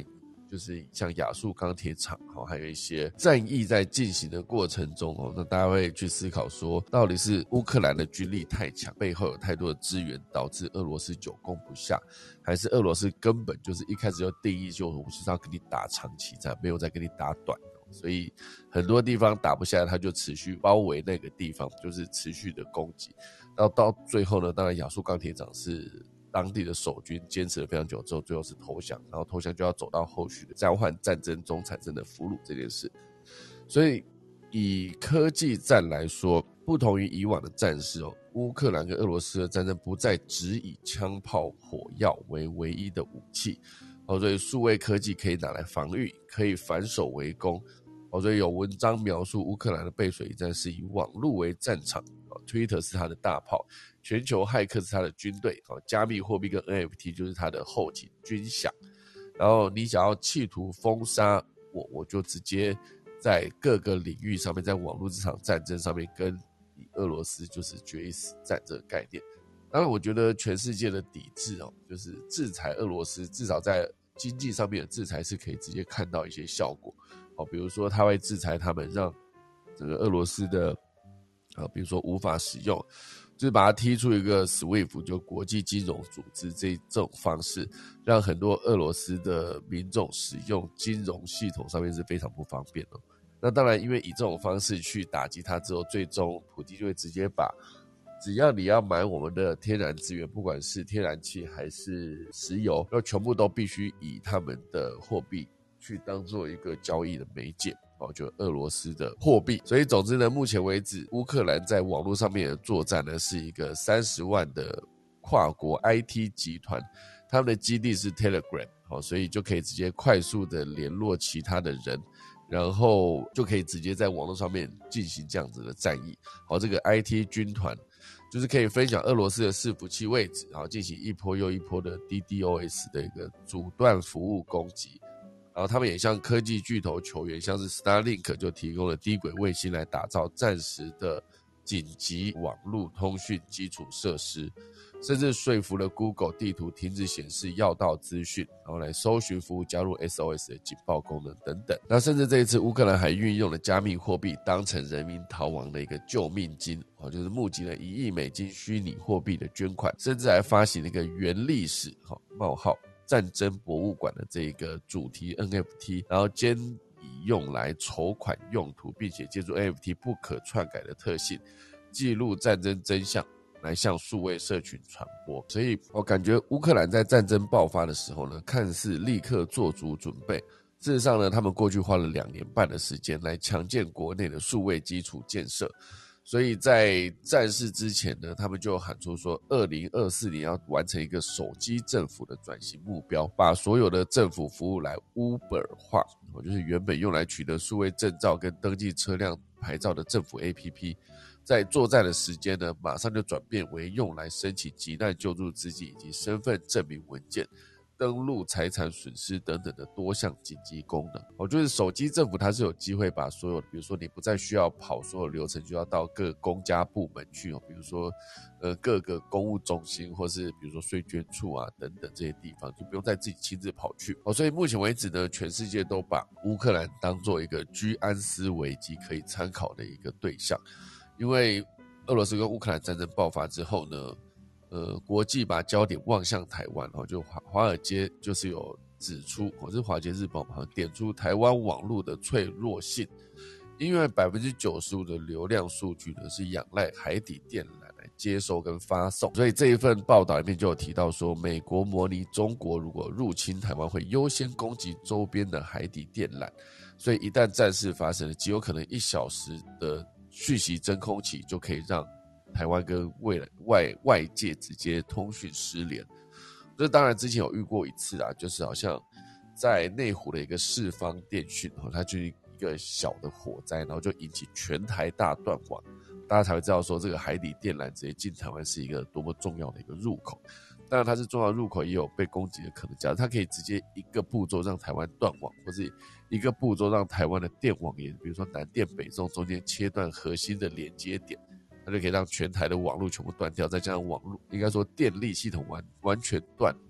就是像亚速钢铁厂还有一些战役在进行的过程中，那大家会去思考说，到底是乌克兰的军力太强，背后有太多的资源导致俄罗斯久攻不下，还是俄罗斯根本就是一开始就定义就我就是要跟你打长期战，没有再跟你打短，所以很多地方打不下来，他就持续包围那个地方，就是持续的攻击，到到最后呢，当然亚速钢铁厂是当地的守军坚持了非常久之后，最后是投降，然后投降就要走到后续的交换战争中产生的俘虏这件事。所以以科技战来说，不同于以往的战事哦，乌克兰跟俄罗斯的战争不再只以枪炮火药为唯一的武器，所以数位科技可以拿来防御，可以反守为攻。所以有文章描述乌克兰的背水一战是以网络为战场， Twitter 是它的大炮，全球骇客是它的军队，加密货币跟 N F T 就是它的后勤军饷。然后你想要企图封杀我，我就直接在各个领域上面，在网络这场战争上面跟俄罗斯就是决一死战这个概念。当然我觉得全世界的抵制哦，就是制裁俄罗斯，至少在经济上面的制裁是可以直接看到一些效果。比如说他会制裁他们，让整个俄罗斯的比如说无法使用，就是把它踢出一个 S W I F T 就国际金融组织 这, 这种方式，让很多俄罗斯的民众使用金融系统上面是非常不方便的。那当然因为以这种方式去打击它之后，最终普丁就会直接把只要你要买我们的天然资源，不管是天然气还是石油，那全部都必须以他们的货币去当做一个交易的媒介，就俄罗斯的货币。所以总之呢，目前为止乌克兰在网络上面的作战呢，是一个三十万的跨国 I T 集团，他们的基地是 Telegram， 所以就可以直接快速的联络其他的人，然后就可以直接在网络上面进行这样子的战役。这个 I T 军团就是可以分享俄罗斯的伺服器位置，然后进行一波又一波的 D DoS 的一个阻断服务攻击。然后他们也向科技巨头求援，像是 Starlink 就提供了低轨卫星来打造暂时的紧急网络通讯基础设施，甚至说服了 Google 地图停止显示要道资讯，然后来搜寻服务加入 S O S 的警报功能等等。那甚至这一次乌克兰还运用了加密货币当成人民逃亡的一个救命金，就是募集了一亿美金虚拟货币的捐款，甚至还发行了一个原历史冒号战争博物馆的这个主题 N F T， 然后兼以用来筹款用途，并且借助 N F T 不可篡改的特性，记录战争真相，来向数位社群传播。所以我感觉乌克兰在战争爆发的时候呢，看似立刻做足准备，事实上呢，他们过去花了两年半的时间来强健国内的数位基础建设。所以在战事之前呢，他们就喊出说二零二四年要完成一个手机政府的转型目标，把所有的政府服务来 Uber 化，就是原本用来取得数位证照跟登记车辆牌照的政府 A P P， 在作战的时间呢，马上就转变为用来申请急难救助资金以及身份证明文件、登录财产损失等等的多项紧急功能。我就是手机政府它是有机会把所有的，比如说你不再需要跑所有流程，就要到各公家部门去，比如说呃各个公务中心，或是比如说税捐处啊等等这些地方，就不用再自己亲自跑去。所以目前为止呢，全世界都把乌克兰当做一个居安思危及可以参考的一个对象。因为俄罗斯跟乌克兰战争爆发之后呢，呃，国际把焦点望向台湾，就华尔街就是有指出，或是华尔街日报嘛，点出台湾网络的脆弱性，因为 百分之九十五 的流量数据呢是仰赖海底电缆来接收跟发送，所以这一份报道里面就有提到说，美国模拟中国如果入侵台湾会优先攻击周边的海底电缆，所以一旦战事发生了，极有可能一小时的讯息真空期就可以让台湾跟未来 外, 外界直接通讯失联。这当然之前有遇过一次啊，就是好像在内湖的一个世方电讯，它就是一个小的火灾，然后就引起全台大断网，大家才会知道说这个海底电缆直接进台湾是一个多么重要的一个入口。当然它是重要的入口，也有被攻击的可能，假如它可以直接一个步骤让台湾断网，或是一个步骤让台湾的电网也比如说南电北送中间切断核心的连接点，它就可以让全台的网络全部断掉，再加上网络应该说电力系统完完全断，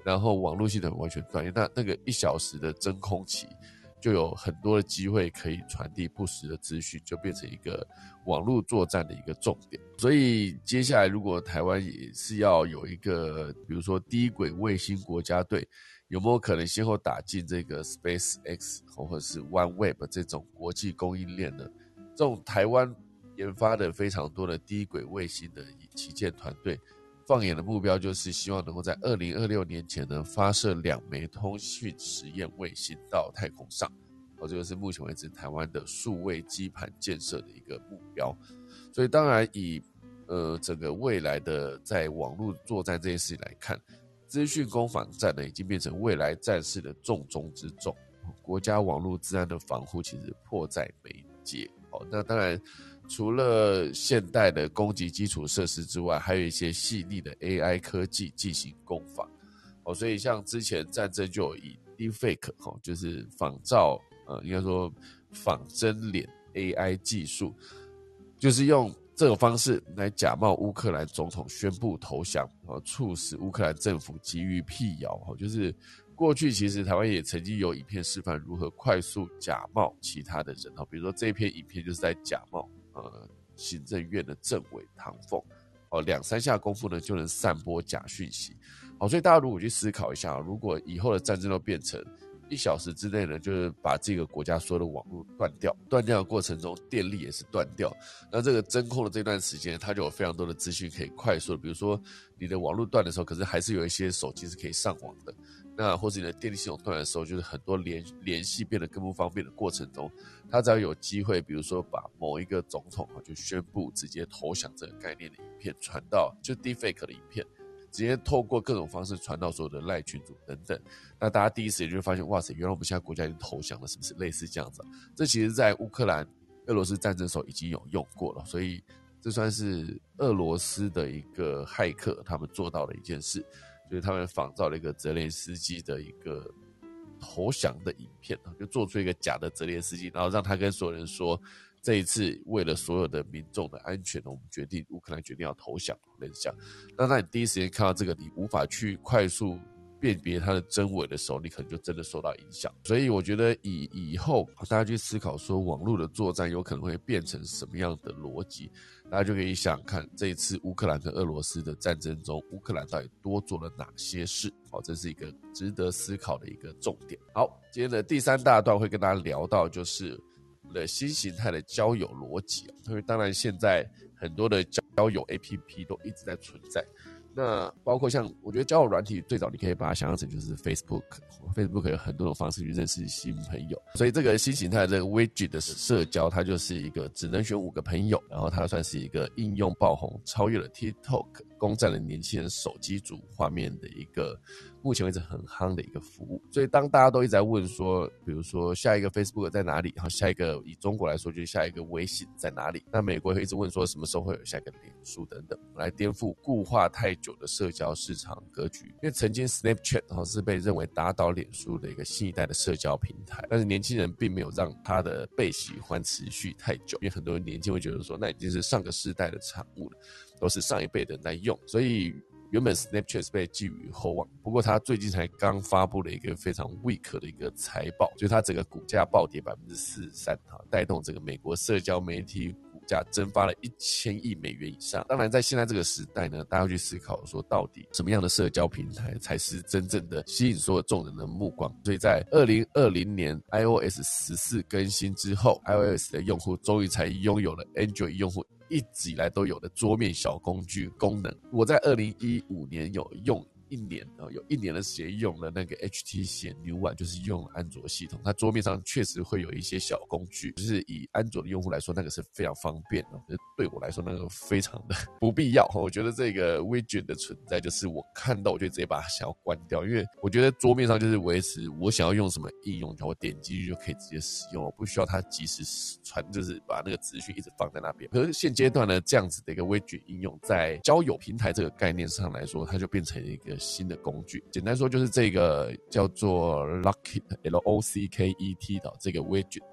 然后网络系统完全断裂，那那个一小时的真空期就有很多的机会可以传递不实的资讯，就变成一个网络作战的一个重点。所以接下来如果台湾也是要有一个比如说低轨卫星国家队，有没有可能先后打进这个 SpaceX 或者是 OneWeb 这种国际供应链呢？这种台湾研发的非常多的低轨卫星的旗舰团队，放眼的目标就是希望能够在二零二六年前呢发射两枚通讯实验卫星到太空上。哦，这个是目前为止台湾的数位基盘建设的一个目标。所以当然以呃整个未来的在网络作战这件事情来看，资讯攻防战呢已经变成未来战事的重中之重。国家网络治安的防护其实迫在眉睫。哦，那当然除了现代的攻击基础设施之外，还有一些细腻的 A I 科技进行攻防。哦，所以像之前战争就有以 Deepfake，哦，就是仿照呃应该说仿真脸 A I 技术，就是用这种方式来假冒乌克兰总统宣布投降，哦，促使乌克兰政府急于辟谣。哦，就是过去其实台湾也曾经有影片示范如何快速假冒其他的人，比如说这一篇影片就是在假冒呃行政院的政委唐凤，哦，两三下功夫呢就能散播假讯息。好，所以大家如果去思考一下，如果以后的战争都变成一小时之内呢，就是把这个国家所有的网络断掉，断掉的过程中电力也是断掉，那这个真空的这段时间，它就有非常多的资讯可以快速的，比如说你的网络断的时候，可是还是有一些手机是可以上网的，那或者你的电力系统断的时候，就是很多联联系变得更不方便的过程中，他只要有机会，比如说把某一个总统就宣布直接投降这个概念的影片传到，就 Deepfake 的影片，直接透过各种方式传到所有的赖群组等等，那大家第一时间就会发现，哇塞，原来我们现在国家已经投降了，是不是类似这样子，啊？这其实在乌克兰、俄罗斯战争的时候已经有用过了，所以这算是俄罗斯的一个骇客他们做到的一件事。就是他们仿造了一个泽连斯基的一个投降的影片，就做出一个假的泽连斯基，然后让他跟所有人说，这一次为了所有的民众的安全，我们决定乌克兰决定要投降，类似这样。那当你第一时间看到这个，你无法去快速辨别它的真伪的时候，你可能就真的受到影响。所以我觉得以以后大家去思考说，网络的作战有可能会变成什么样的逻辑，大家就可以想看这一次乌克兰跟俄罗斯的战争中，乌克兰到底多做了哪些事。好，这是一个值得思考的一个重点。好，今天的第三大段会跟大家聊到就是的新形态的交友逻辑，因为当然现在很多的交友 A P P 都一直在存在，那包括像我觉得交友软体最早你可以把它想象成就是 Facebook， Facebook 有很多种方式去认识新朋友，所以这个新形态的这个 widget 的社交，它就是一个只能选五个朋友，然后它算是一个应用爆红，超越了 TikTok， 攻占了年轻人手机主画面的一个目前为止很夯的一个服务。所以当大家都一直在问说，比如说下一个 Facebook 在哪里，然后下一个以中国来说就是下一个微信在哪里，那美国会一直问说什么时候会有下一个脸书等等，来颠覆固化太久的社交市场格局。因为曾经 Snapchat 是被认为打倒脸书的一个新一代的社交平台，但是年轻人并没有让他的被喜欢持续太久，因为很多人年轻会觉得说那已经是上个世代的产物了，都是上一辈的人在用，所以原本 Snapchat 是被寄予厚望，不过它最近才刚发布了一个非常 weak 的一个财报，就是它整个股价暴跌 百分之四十三， 带动整个美国社交媒体股价蒸发了一千亿美元以上。当然在现在这个时代呢，大家要去思考说到底什么样的社交平台才是真正的吸引所有众人的目光。所以在二零二零年 iOS 十四更新之后， iOS 的用户终于才拥有了 Android 用户一直以来都有的桌面小工具功能。我在二零一五年有用一年，有一年的时间用了那个 H T C New One， 就是用安卓系统，它桌面上确实会有一些小工具，就是以安卓的用户来说，那个是非常方便的，可是对我来说那个非常的不必要。我觉得这个 widget 的存在，就是我看到我就直接把它想要关掉，因为我觉得桌面上就是维持我想要用什么应用，我点击去就可以直接使用，我不需要它及时传，就是把那个资讯一直放在那边。可是现阶段呢，这样子的一个 widget 应用在交友平台这个概念上来说，它就变成一个新的工具。简单说就是这个叫做 Locket L O C K E T 的这个 widget，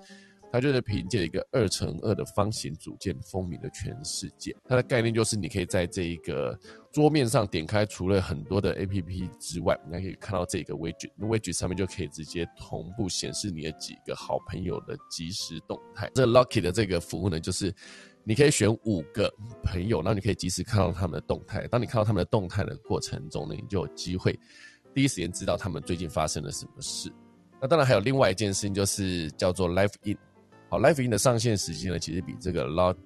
它就是凭借一个二乘二的方形组件风靡了全世界。它的概念就是你可以在这一个桌面上点开，除了很多的 A P P 之外，你还可以看到这个 widget， 那 widget 上面就可以直接同步显示你的几个好朋友的即时动态。这 Locky 的这个服务呢，就是你可以选五个朋友，然后你可以即时看到他们的动态。当你看到他们的动态的过程中呢，你就有机会第一时间知道他们最近发生了什么事。那当然还有另外一件事情，就是叫做 Live In。好 ，Live In 的上线时间呢，其实比这个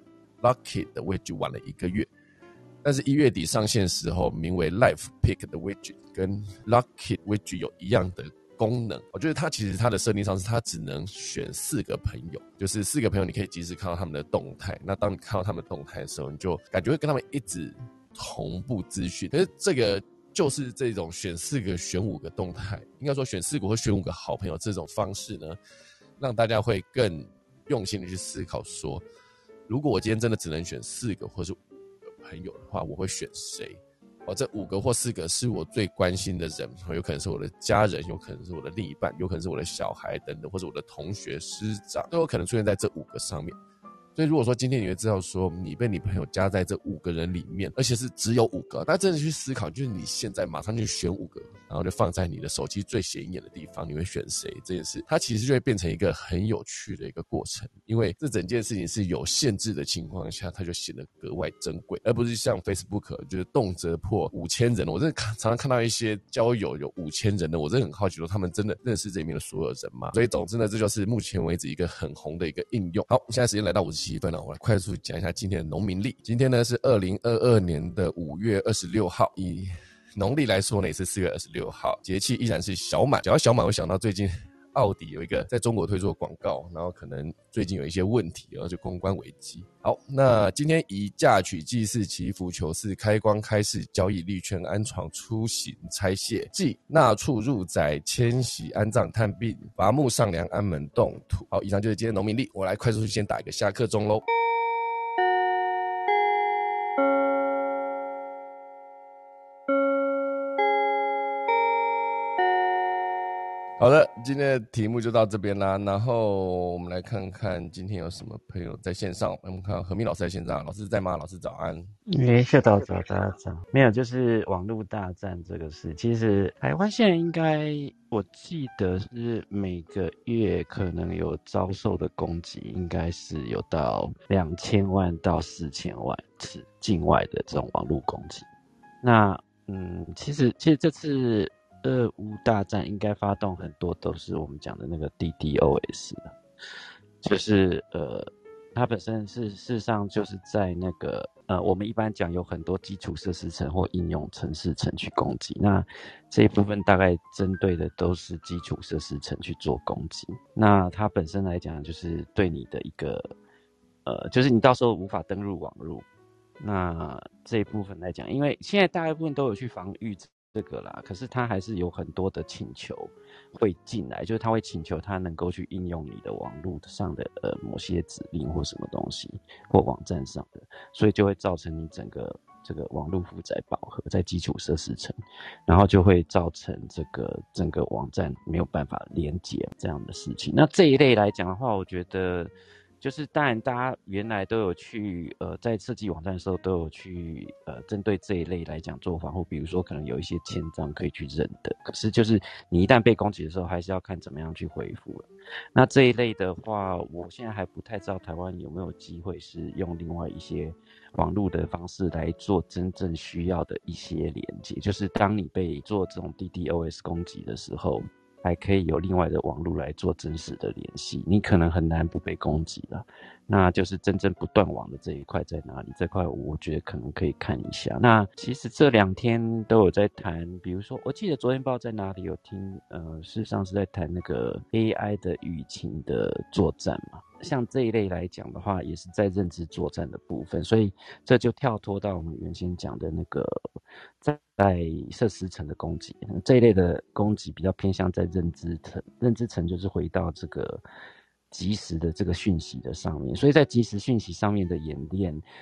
Locky 的 widget 晚了一个月。但是一月底上线时候，名为 Live Pick 的 widget 跟 Locky widget 有一样的功能。我觉得它其实它的设定上是它只能选四个朋友，就是四个朋友你可以及时看到他们的动态。那当你看到他们的动态的时候，你就感觉会跟他们一直同步资讯。可是这个就是这种选四个选五个动态，应该说选四个或选五个好朋友这种方式呢，让大家会更用心的去思考说，如果我今天真的只能选四个或是五个朋友的话，我会选谁？哦，这五个或四个是我最关心的人，有可能是我的家人，有可能是我的另一半，有可能是我的小孩等等，或者我的同学、师长，都有可能出现在这五个上面。所以如果说今天你会知道说你被你朋友加在这五个人里面，而且是只有五个，大家真的去思考，就是你现在马上去选五个，然后就放在你的手机最显眼的地方，你会选谁这件事，它其实就会变成一个很有趣的一个过程。因为这整件事情是有限制的情况下，它就显得格外珍贵，而不是像 Facebook 就是动辄破五千人。我真的常常看到一些交友有五千人的，我真的很好奇说他们真的认识这里面的所有人吗？所以总之呢，这就是目前为止一个很红的一个应用。好，现在时间来到五十七分了，我来快速讲一下今天的农民历。今天呢是二零二二年的五月二十六号，以农历来说呢也是四月二十六号，节气依然是小满。讲到小满，我想到最近奥迪有一个在中国推出的广告，然后可能最近有一些问题，然后就公关危机。好，那今天以嫁娶、祭祀、祈福、求事、开光、开市、交易、立券、安床、出行、拆卸、祭、纳畜、入宅、迁徙、安葬、探病、伐木、上梁、安门、动土。好，以上就是今天农民历，我来快速先打一个下课钟咯。好的，今天的题目就到这边啦。然后我们来看看今天有什么朋友在线上。我们看何明老师在线上，老师在吗？老师早安。 诶，秀导早，大家早。没有，就是网络大战这个事，其实台湾现在应该，我记得是每个月可能有遭受的攻击，应该是有到两千万到四千万次境外的这种网络攻击。那嗯，其实其实这次俄乌大战应该发动很多都是我们讲的那个 D DoS 的，就是呃，它本身是事实上就是在那个呃，我们一般讲有很多基础设施层或应用程式层去攻击，那这一部分大概针对的都是基础设施层去做攻击。那它本身来讲就是对你的一个呃，就是你到时候无法登入网络。那这一部分来讲，因为现在大部分都有去防御这个啦，可是它还是有很多的请求会进来，就是它会请求它能够去应用你的网络上的呃某些指令或什么东西或网站上的，所以就会造成你整个这个网络负载饱和在基础设施层，然后就会造成这个整个网站没有办法连接这样的事情。那这一类来讲的话，我觉得就是当然大家原来都有去呃在设计网站的时候都有去呃针对这一类来讲做防护，比如说可能有一些签章可以去认的，可是就是你一旦被攻击的时候还是要看怎么样去回复了。那这一类的话，我现在还不太知道台湾有没有机会是用另外一些网络的方式来做真正需要的一些连接，就是当你被做这种 D DoS 攻击的时候，还可以有另外的网络来做真实的联系，你可能很难不被攻击了。那就是真正不断网的这一块在哪里？这块我觉得可能可以看一下。那其实这两天都有在谈，比如说我记得昨天不知道在哪里有听，呃，事实上是在谈那个 A I 的舆情的作战嘛。像这一类来讲的话，也是在认知作战的部分，所以这就跳脱到我们原先讲的那个在设施层的攻击，这一类的攻击比较偏向在认知层，认知层就是回到这个即时的这个讯息的上面，所以在即时讯息上面的演练，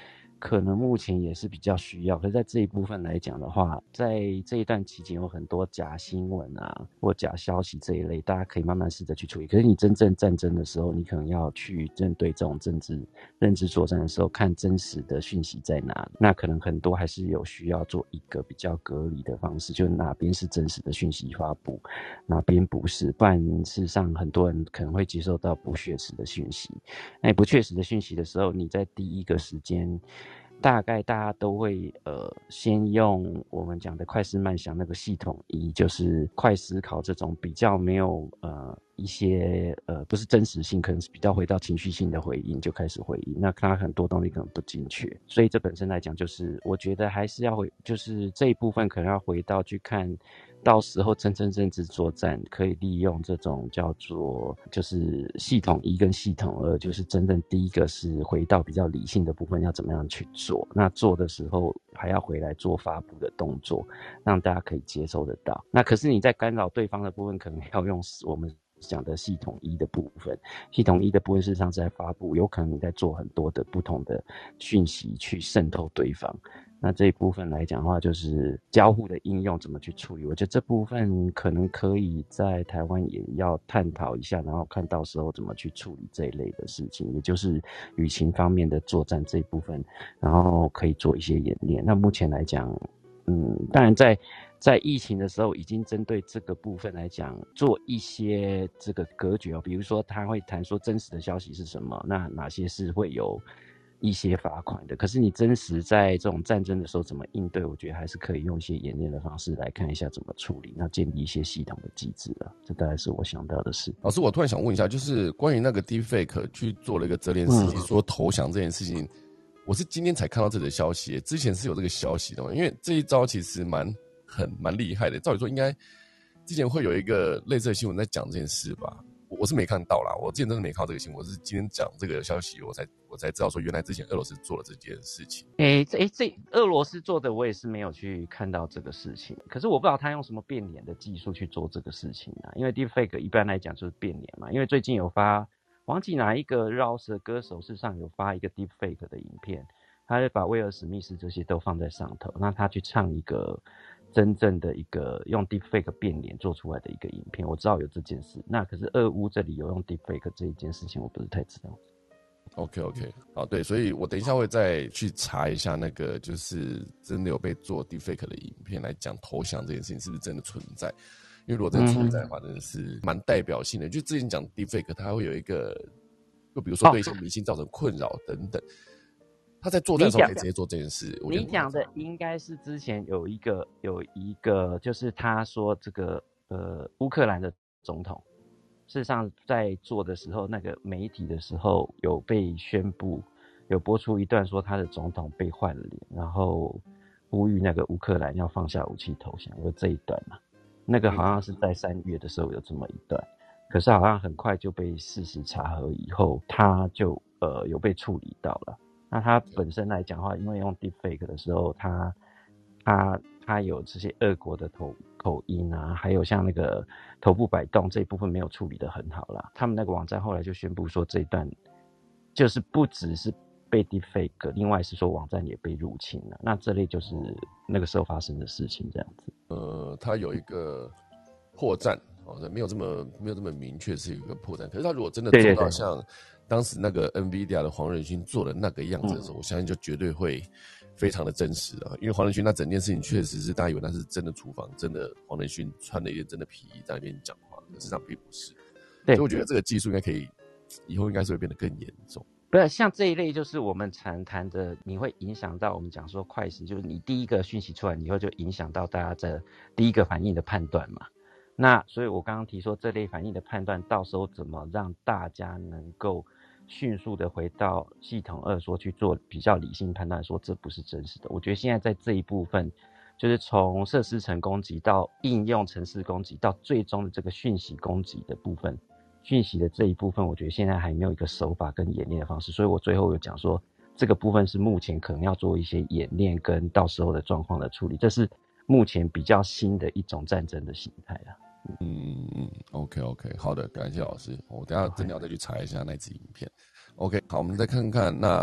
可能目前也是比较需要。可是在这一部分来讲的话，在这一段期间有很多假新闻啊或假消息这一类，大家可以慢慢试着去处理。可是你真正战争的时候，你可能要去针对这种政治认知作战的时候，看真实的讯息在哪里。那可能很多还是有需要做一个比较隔离的方式，就哪边是真实的讯息发布，哪边不是。不然事实上很多人可能会接受到不确实的讯息。那不确实的讯息的时候，你在第一个时间大概大家都会呃先用我们讲的快思慢想那个系统一，就是快思考这种比较没有呃一些呃不是真实性，可能是比较回到情绪性的回应就开始回应，那它很多东西可能不精确，所以这本身来讲就是我觉得还是要回，就是这一部分可能要回到去看到时候真正认知作战可以利用这种叫做就是系统一跟系统二，就是真正第一个是回到比较理性的部分要怎么样去做，那做的时候还要回来做发布的动作，让大家可以接受得到。那可是你在干扰对方的部分可能要用我们讲的系统一的部分，系统一的部分事实上是在发布，有可能你在做很多的不同的讯息去渗透对方。那这一部分来讲的话，就是交互的应用怎么去处理，我觉得这部分可能可以在台湾也要探讨一下，然后看到时候怎么去处理这一类的事情，也就是舆情方面的作战这一部分，然后可以做一些演练。那目前来讲，嗯，当然在在疫情的时候，已经针对这个部分来讲做一些这个隔绝哦，比如说他会谈说真实的消息是什么，那哪些是会有一些罚款的。可是你真实在这种战争的时候怎么应对，我觉得还是可以用一些演练的方式来看一下怎么处理，那建立一些系统的机制啊，这大概是我想到的事。 老师，我突然想问一下，就是关于那个 Deepfake 去做了一个泽连斯基说投降这件事情，嗯，我是今天才看到这个消息，之前是有这个消息的嘛？因为这一招其实蛮很蛮厉害的，照理说应该之前会有一个类似的新闻在讲这件事吧？我是没看到啦，我之前真的没看到这个新闻，我是今天讲这个消息，我才我才知道说，原来之前俄罗斯做了这件事情。 诶，这诶这俄罗斯做的我也是没有去看到这个事情，可是我不知道他用什么变脸的技术去做这个事情啊？因为 Deepfake 一般来讲就是变脸嘛，因为最近有发，忘记哪一个饶舌歌手事实上有发一个 Deepfake 的影片，他就把威尔史密斯这些都放在上头，那他去唱一个真正的一个用 Deepfake 变脸做出来的一个影片，我知道有这件事。那可是俄乌这里有用 Deepfake 这一件事情，我不是太知道。 OK OK， 好，对，所以我等一下会再去查一下那个，就是真的有被做 Deepfake 的影片来讲投降这件事情是不是真的存在？因为如果真的存在的话，真的是蛮代表性的。就之前讲 Deepfake，它会有一个，就比如说对一些明星造成困扰等等。他在作战的时候可以直接做这件事。 你讲的应该是之前有一个有一个，就是他说这个呃乌克兰的总统，事实上在做的时候，那个媒体的时候有被宣布，有播出一段说他的总统被换脸，然后呼吁那个乌克兰要放下武器投降，有这一段嘛？那个好像是在三月的时候有这么一段，可是好像很快就被事实查核以后，他就呃有被处理到了。那他本身来讲的话，因为用 Deepfake 的时候，他他他有这些俄国的口口音啊，还有像那个头部摆动这一部分没有处理得很好啦。他们那个网站后来就宣布说，这一段就是不只是被 Deepfake， 另外是说网站也被入侵了。那这类就是那个时候发生的事情，这样子。 呃，他有一个破绽哦，没有这么没有这么明确是有一个破绽。可是他如果真的做到像当时那个 NVIDIA 的黄仁勋做的那个样子的时候，嗯，我相信就绝对会非常的真实啊。因为黄仁勋那整件事情确实是大家以为那是真的厨房，真的黄仁勋穿了一件真的皮衣在那边讲话，事实上并不是。所以我觉得这个技术应该可以，以后应该是会变得更严重。 不是像这一类，就是我们常谈的，你会影响到我们讲说快时，就是你第一个讯息出来，以后就影响到大家的第一个反应的判断嘛。那所以我刚刚提说这类反应的判断，到时候怎么让大家能够迅速的回到系统二说去做比较理性判断，说这不是真实的。我觉得现在在这一部分，就是从设施层攻击到应用程式攻击，到最终的这个讯息攻击的部分，讯息的这一部分，我觉得现在还没有一个手法跟演练的方式。所以我最后有讲说，这个部分是目前可能要做一些演练跟到时候的状况的处理，这是目前比较新的一种战争的形态啊。 嗯嗯 ，OK OK， 好的，感谢老师，我等一下真的要再去查一下那支影片。OK， 好，我们再看看那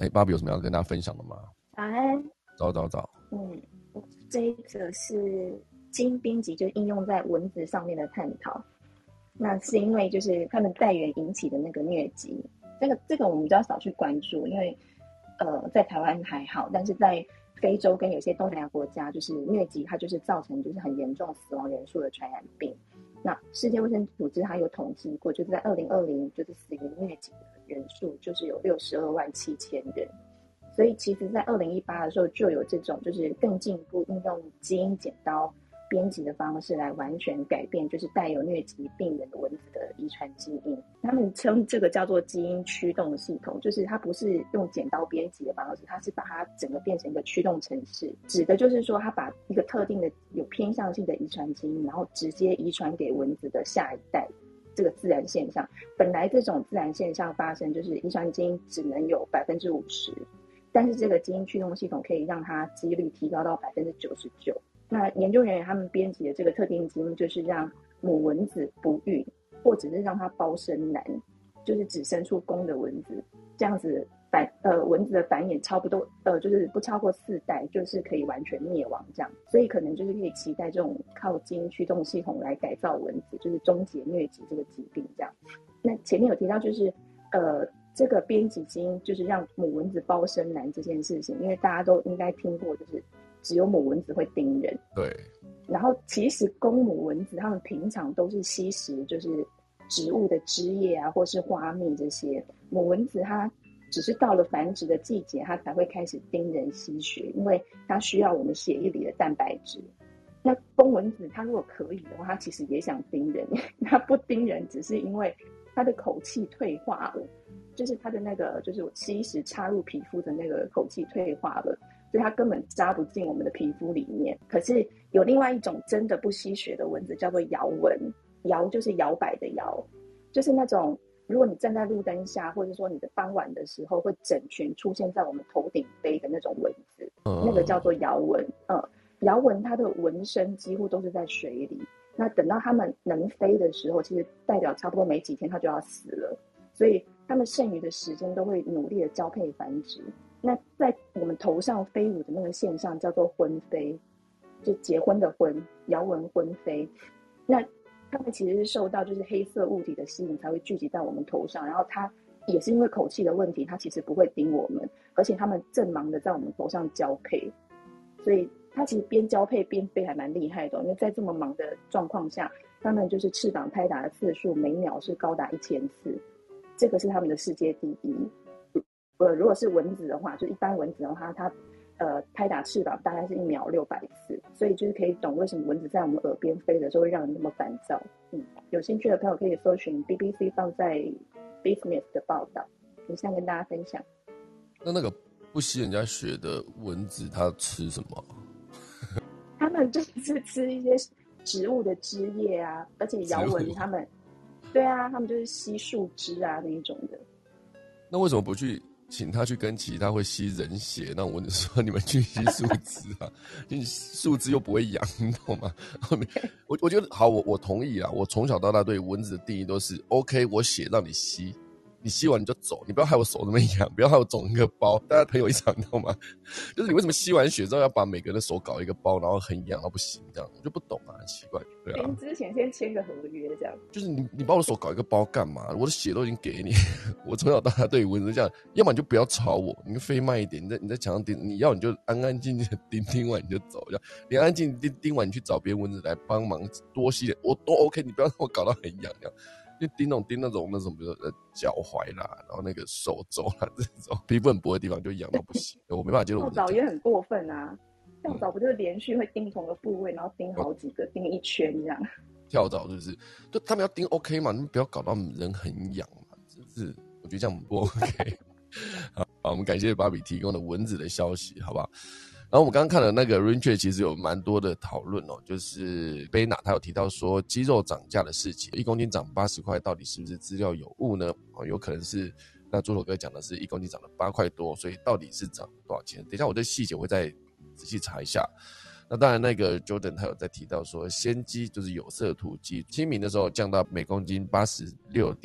哎，芭比有什么要跟大家分享的吗？ 早安。 早早早。 嗯，这一则是基因编辑就应用在蚊子上面的探讨。那是因为就是他们带源引起的那个疟疾，这个这个我们比较少去关注，因为呃在台湾还好，但是在非洲跟有些东南亚国家，就是疟疾它就是造成就是很严重死亡人数的传染病。那世界卫生组织它有统计过，就是在二零二零就是死于疟疾的人数就是有六十二万七千人。所以其实在二零一八的时候就有这种就是更进一步应用基因剪刀编辑的方式来完全改变就是带有疟疾病人的蚊子的遗传基因。他们称这个叫做基因驱动系统，就是它不是用剪刀编辑的方式，它是把它整个变成一个驱动程式，指的就是说它把一个特定的有偏向性的遗传基因然后直接遗传给蚊子的下一代。这个自然现象本来这种自然现象发生就是遗传基因只能有百分之五十，但是这个基因驱动系统可以让它几率提高到百分之九十九。那研究人员他们编辑的这个特定基因，就是让母蚊子不孕，或者是让它包生男，就是只生出公的蚊子，这样子繁呃蚊子的繁衍差不多呃就是不超过四代，就是可以完全灭亡这样。所以可能就是可以期待这种靠基因驱动系统来改造蚊子，就是终结疟疾这个疾病这样。那前面有提到就是呃。这个编辑基因就是让母蚊子包生男这件事情，因为大家都应该听过，就是只有母蚊子会叮人。 对。 然后其实公母蚊子它们平常都是吸食就是植物的枝叶啊，或是花蜜这些。母蚊子它只是到了繁殖的季节，它才会开始叮人吸血，因为它需要我们血液里的蛋白质。那公蚊子它如果可以的话，它其实也想叮人，它不叮人只是因为它的口气退化了。就是它的那个就是吸食插入皮肤的那个口气退化了，所以它根本扎不进我们的皮肤里面。可是有另外一种真的不吸血的蚊子，叫做摇蚊。摇就是摇摆的摇，就是那种如果你站在路灯下，或者说你的傍晚的时候会整群出现在我们头顶飞的那种蚊子，那个叫做摇蚊。嗯，摇蚊它的蚊身几乎都是在水里，那等到它们能飞的时候，其实代表差不多没几天它就要死了，所以他们剩余的时间都会努力的交配繁殖。那在我们头上飞舞的那个现象叫做婚飞，就结婚的婚，摇蚊婚飞。那他们其实是受到就是黑色物体的吸引才会聚集在我们头上，然后它也是因为口气的问题，它其实不会叮我们，而且他们正忙的在我们头上交配，所以它其实边交配边飞还蛮厉害的，因为在这么忙的状况下，他们就是翅膀拍打的次数每秒是高达一千次。这个是他们的世界第一。呃，如果是蚊子的话，就一般蚊子的话，它呃拍打翅膀大概是一秒六百次，所以就是可以懂为什么蚊子在我们耳边飞的时候会让人那么烦躁。嗯，有兴趣的朋友可以搜寻 B B C 放在 Business 的报道，以上跟大家分享。 那那个不吸人家血的蚊子，它吃什么？ 他们就是吃一些植物的枝叶啊，而且摇蚊他们。对啊，他们就是吸树枝啊那一种的。 那为什么不去请他去跟其他会吸人血那蚊子说你们去吸树枝啊？你树枝又不会痒，你懂吗？我我觉得好，我我同意啊。我从小到大对蚊子的定义都是 OK， 我血让你吸。你吸完你就走，你不要害我手那么痒，不要害我肿一个包。大家朋友一场，你知道吗？就是你为什么吸完血之后要把每个人的手搞一个包，然后很痒到不行，这样我就不懂啊，很奇怪。对啊， 之前先签个合约这样。 就是你你把我的手搞一个包干嘛？我的血都已经给你。我从小到大对蚊子这样，要么你就不要吵我，你飞慢一点，你在你在墙上叮，你要你就安安静静的叮叮完你就走，这样你安安静静叮叮完你去找别蚊子来帮忙多吸点，我都 OK， 你不要让我搞到很痒这样。就叮那种叮那种那种，比如说脚踝啦，然后那个手肘啦，这种皮肤很薄的地方就痒到不行，我没办法接受。 跳蚤也很过分啊，跳蚤不就是连续会叮同个部位，然后叮好几个，叮一圈这样。 跳蚤就是，就他们要叮 OK 嘛，你们不要搞到人很痒嘛，就是我觉得这样不 OK 好。好，我们感谢芭比提供的蚊子的消息，好不好？然后我们刚刚看了那个 Raintree， 其实有蛮多的讨论哦，就是贝娜他有提到说鸡肉涨价的事情，一公斤涨八十块，到底是不是资料有误呢？哦，有可能是，那左手哥讲的是一公斤涨了八块多，所以到底是涨多少钱？等一下我这细节我会再仔细查一下。那当然，那个 Jordan 他有在提到说，鲜鸡就是有色土鸡，清明的时候降到每公斤八十六点零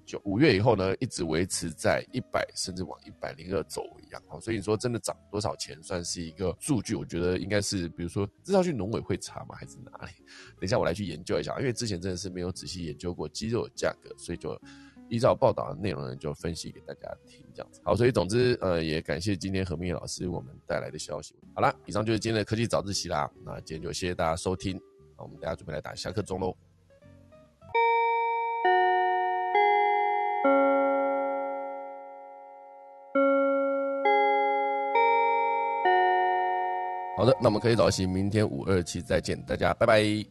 九五月以后呢，一直维持在一百甚至往一百零二走一样。所以你说真的涨多少钱算是一个数据，我觉得应该是比如说这是要去农委会查吗还是哪里？等一下我来去研究一下，因为之前真的是没有仔细研究过鸡肉的价格，所以就依照报道的内容呢，就分析给大家听这样子。好，所以总之呃也感谢今天何明业老师我们带来的消息。好啦，以上就是今天的科技早自习啦。那今天就谢谢大家收听，那我们大家准备来打下课钟咯。好的，那我们科技早自习明天五二七再见，大家拜拜。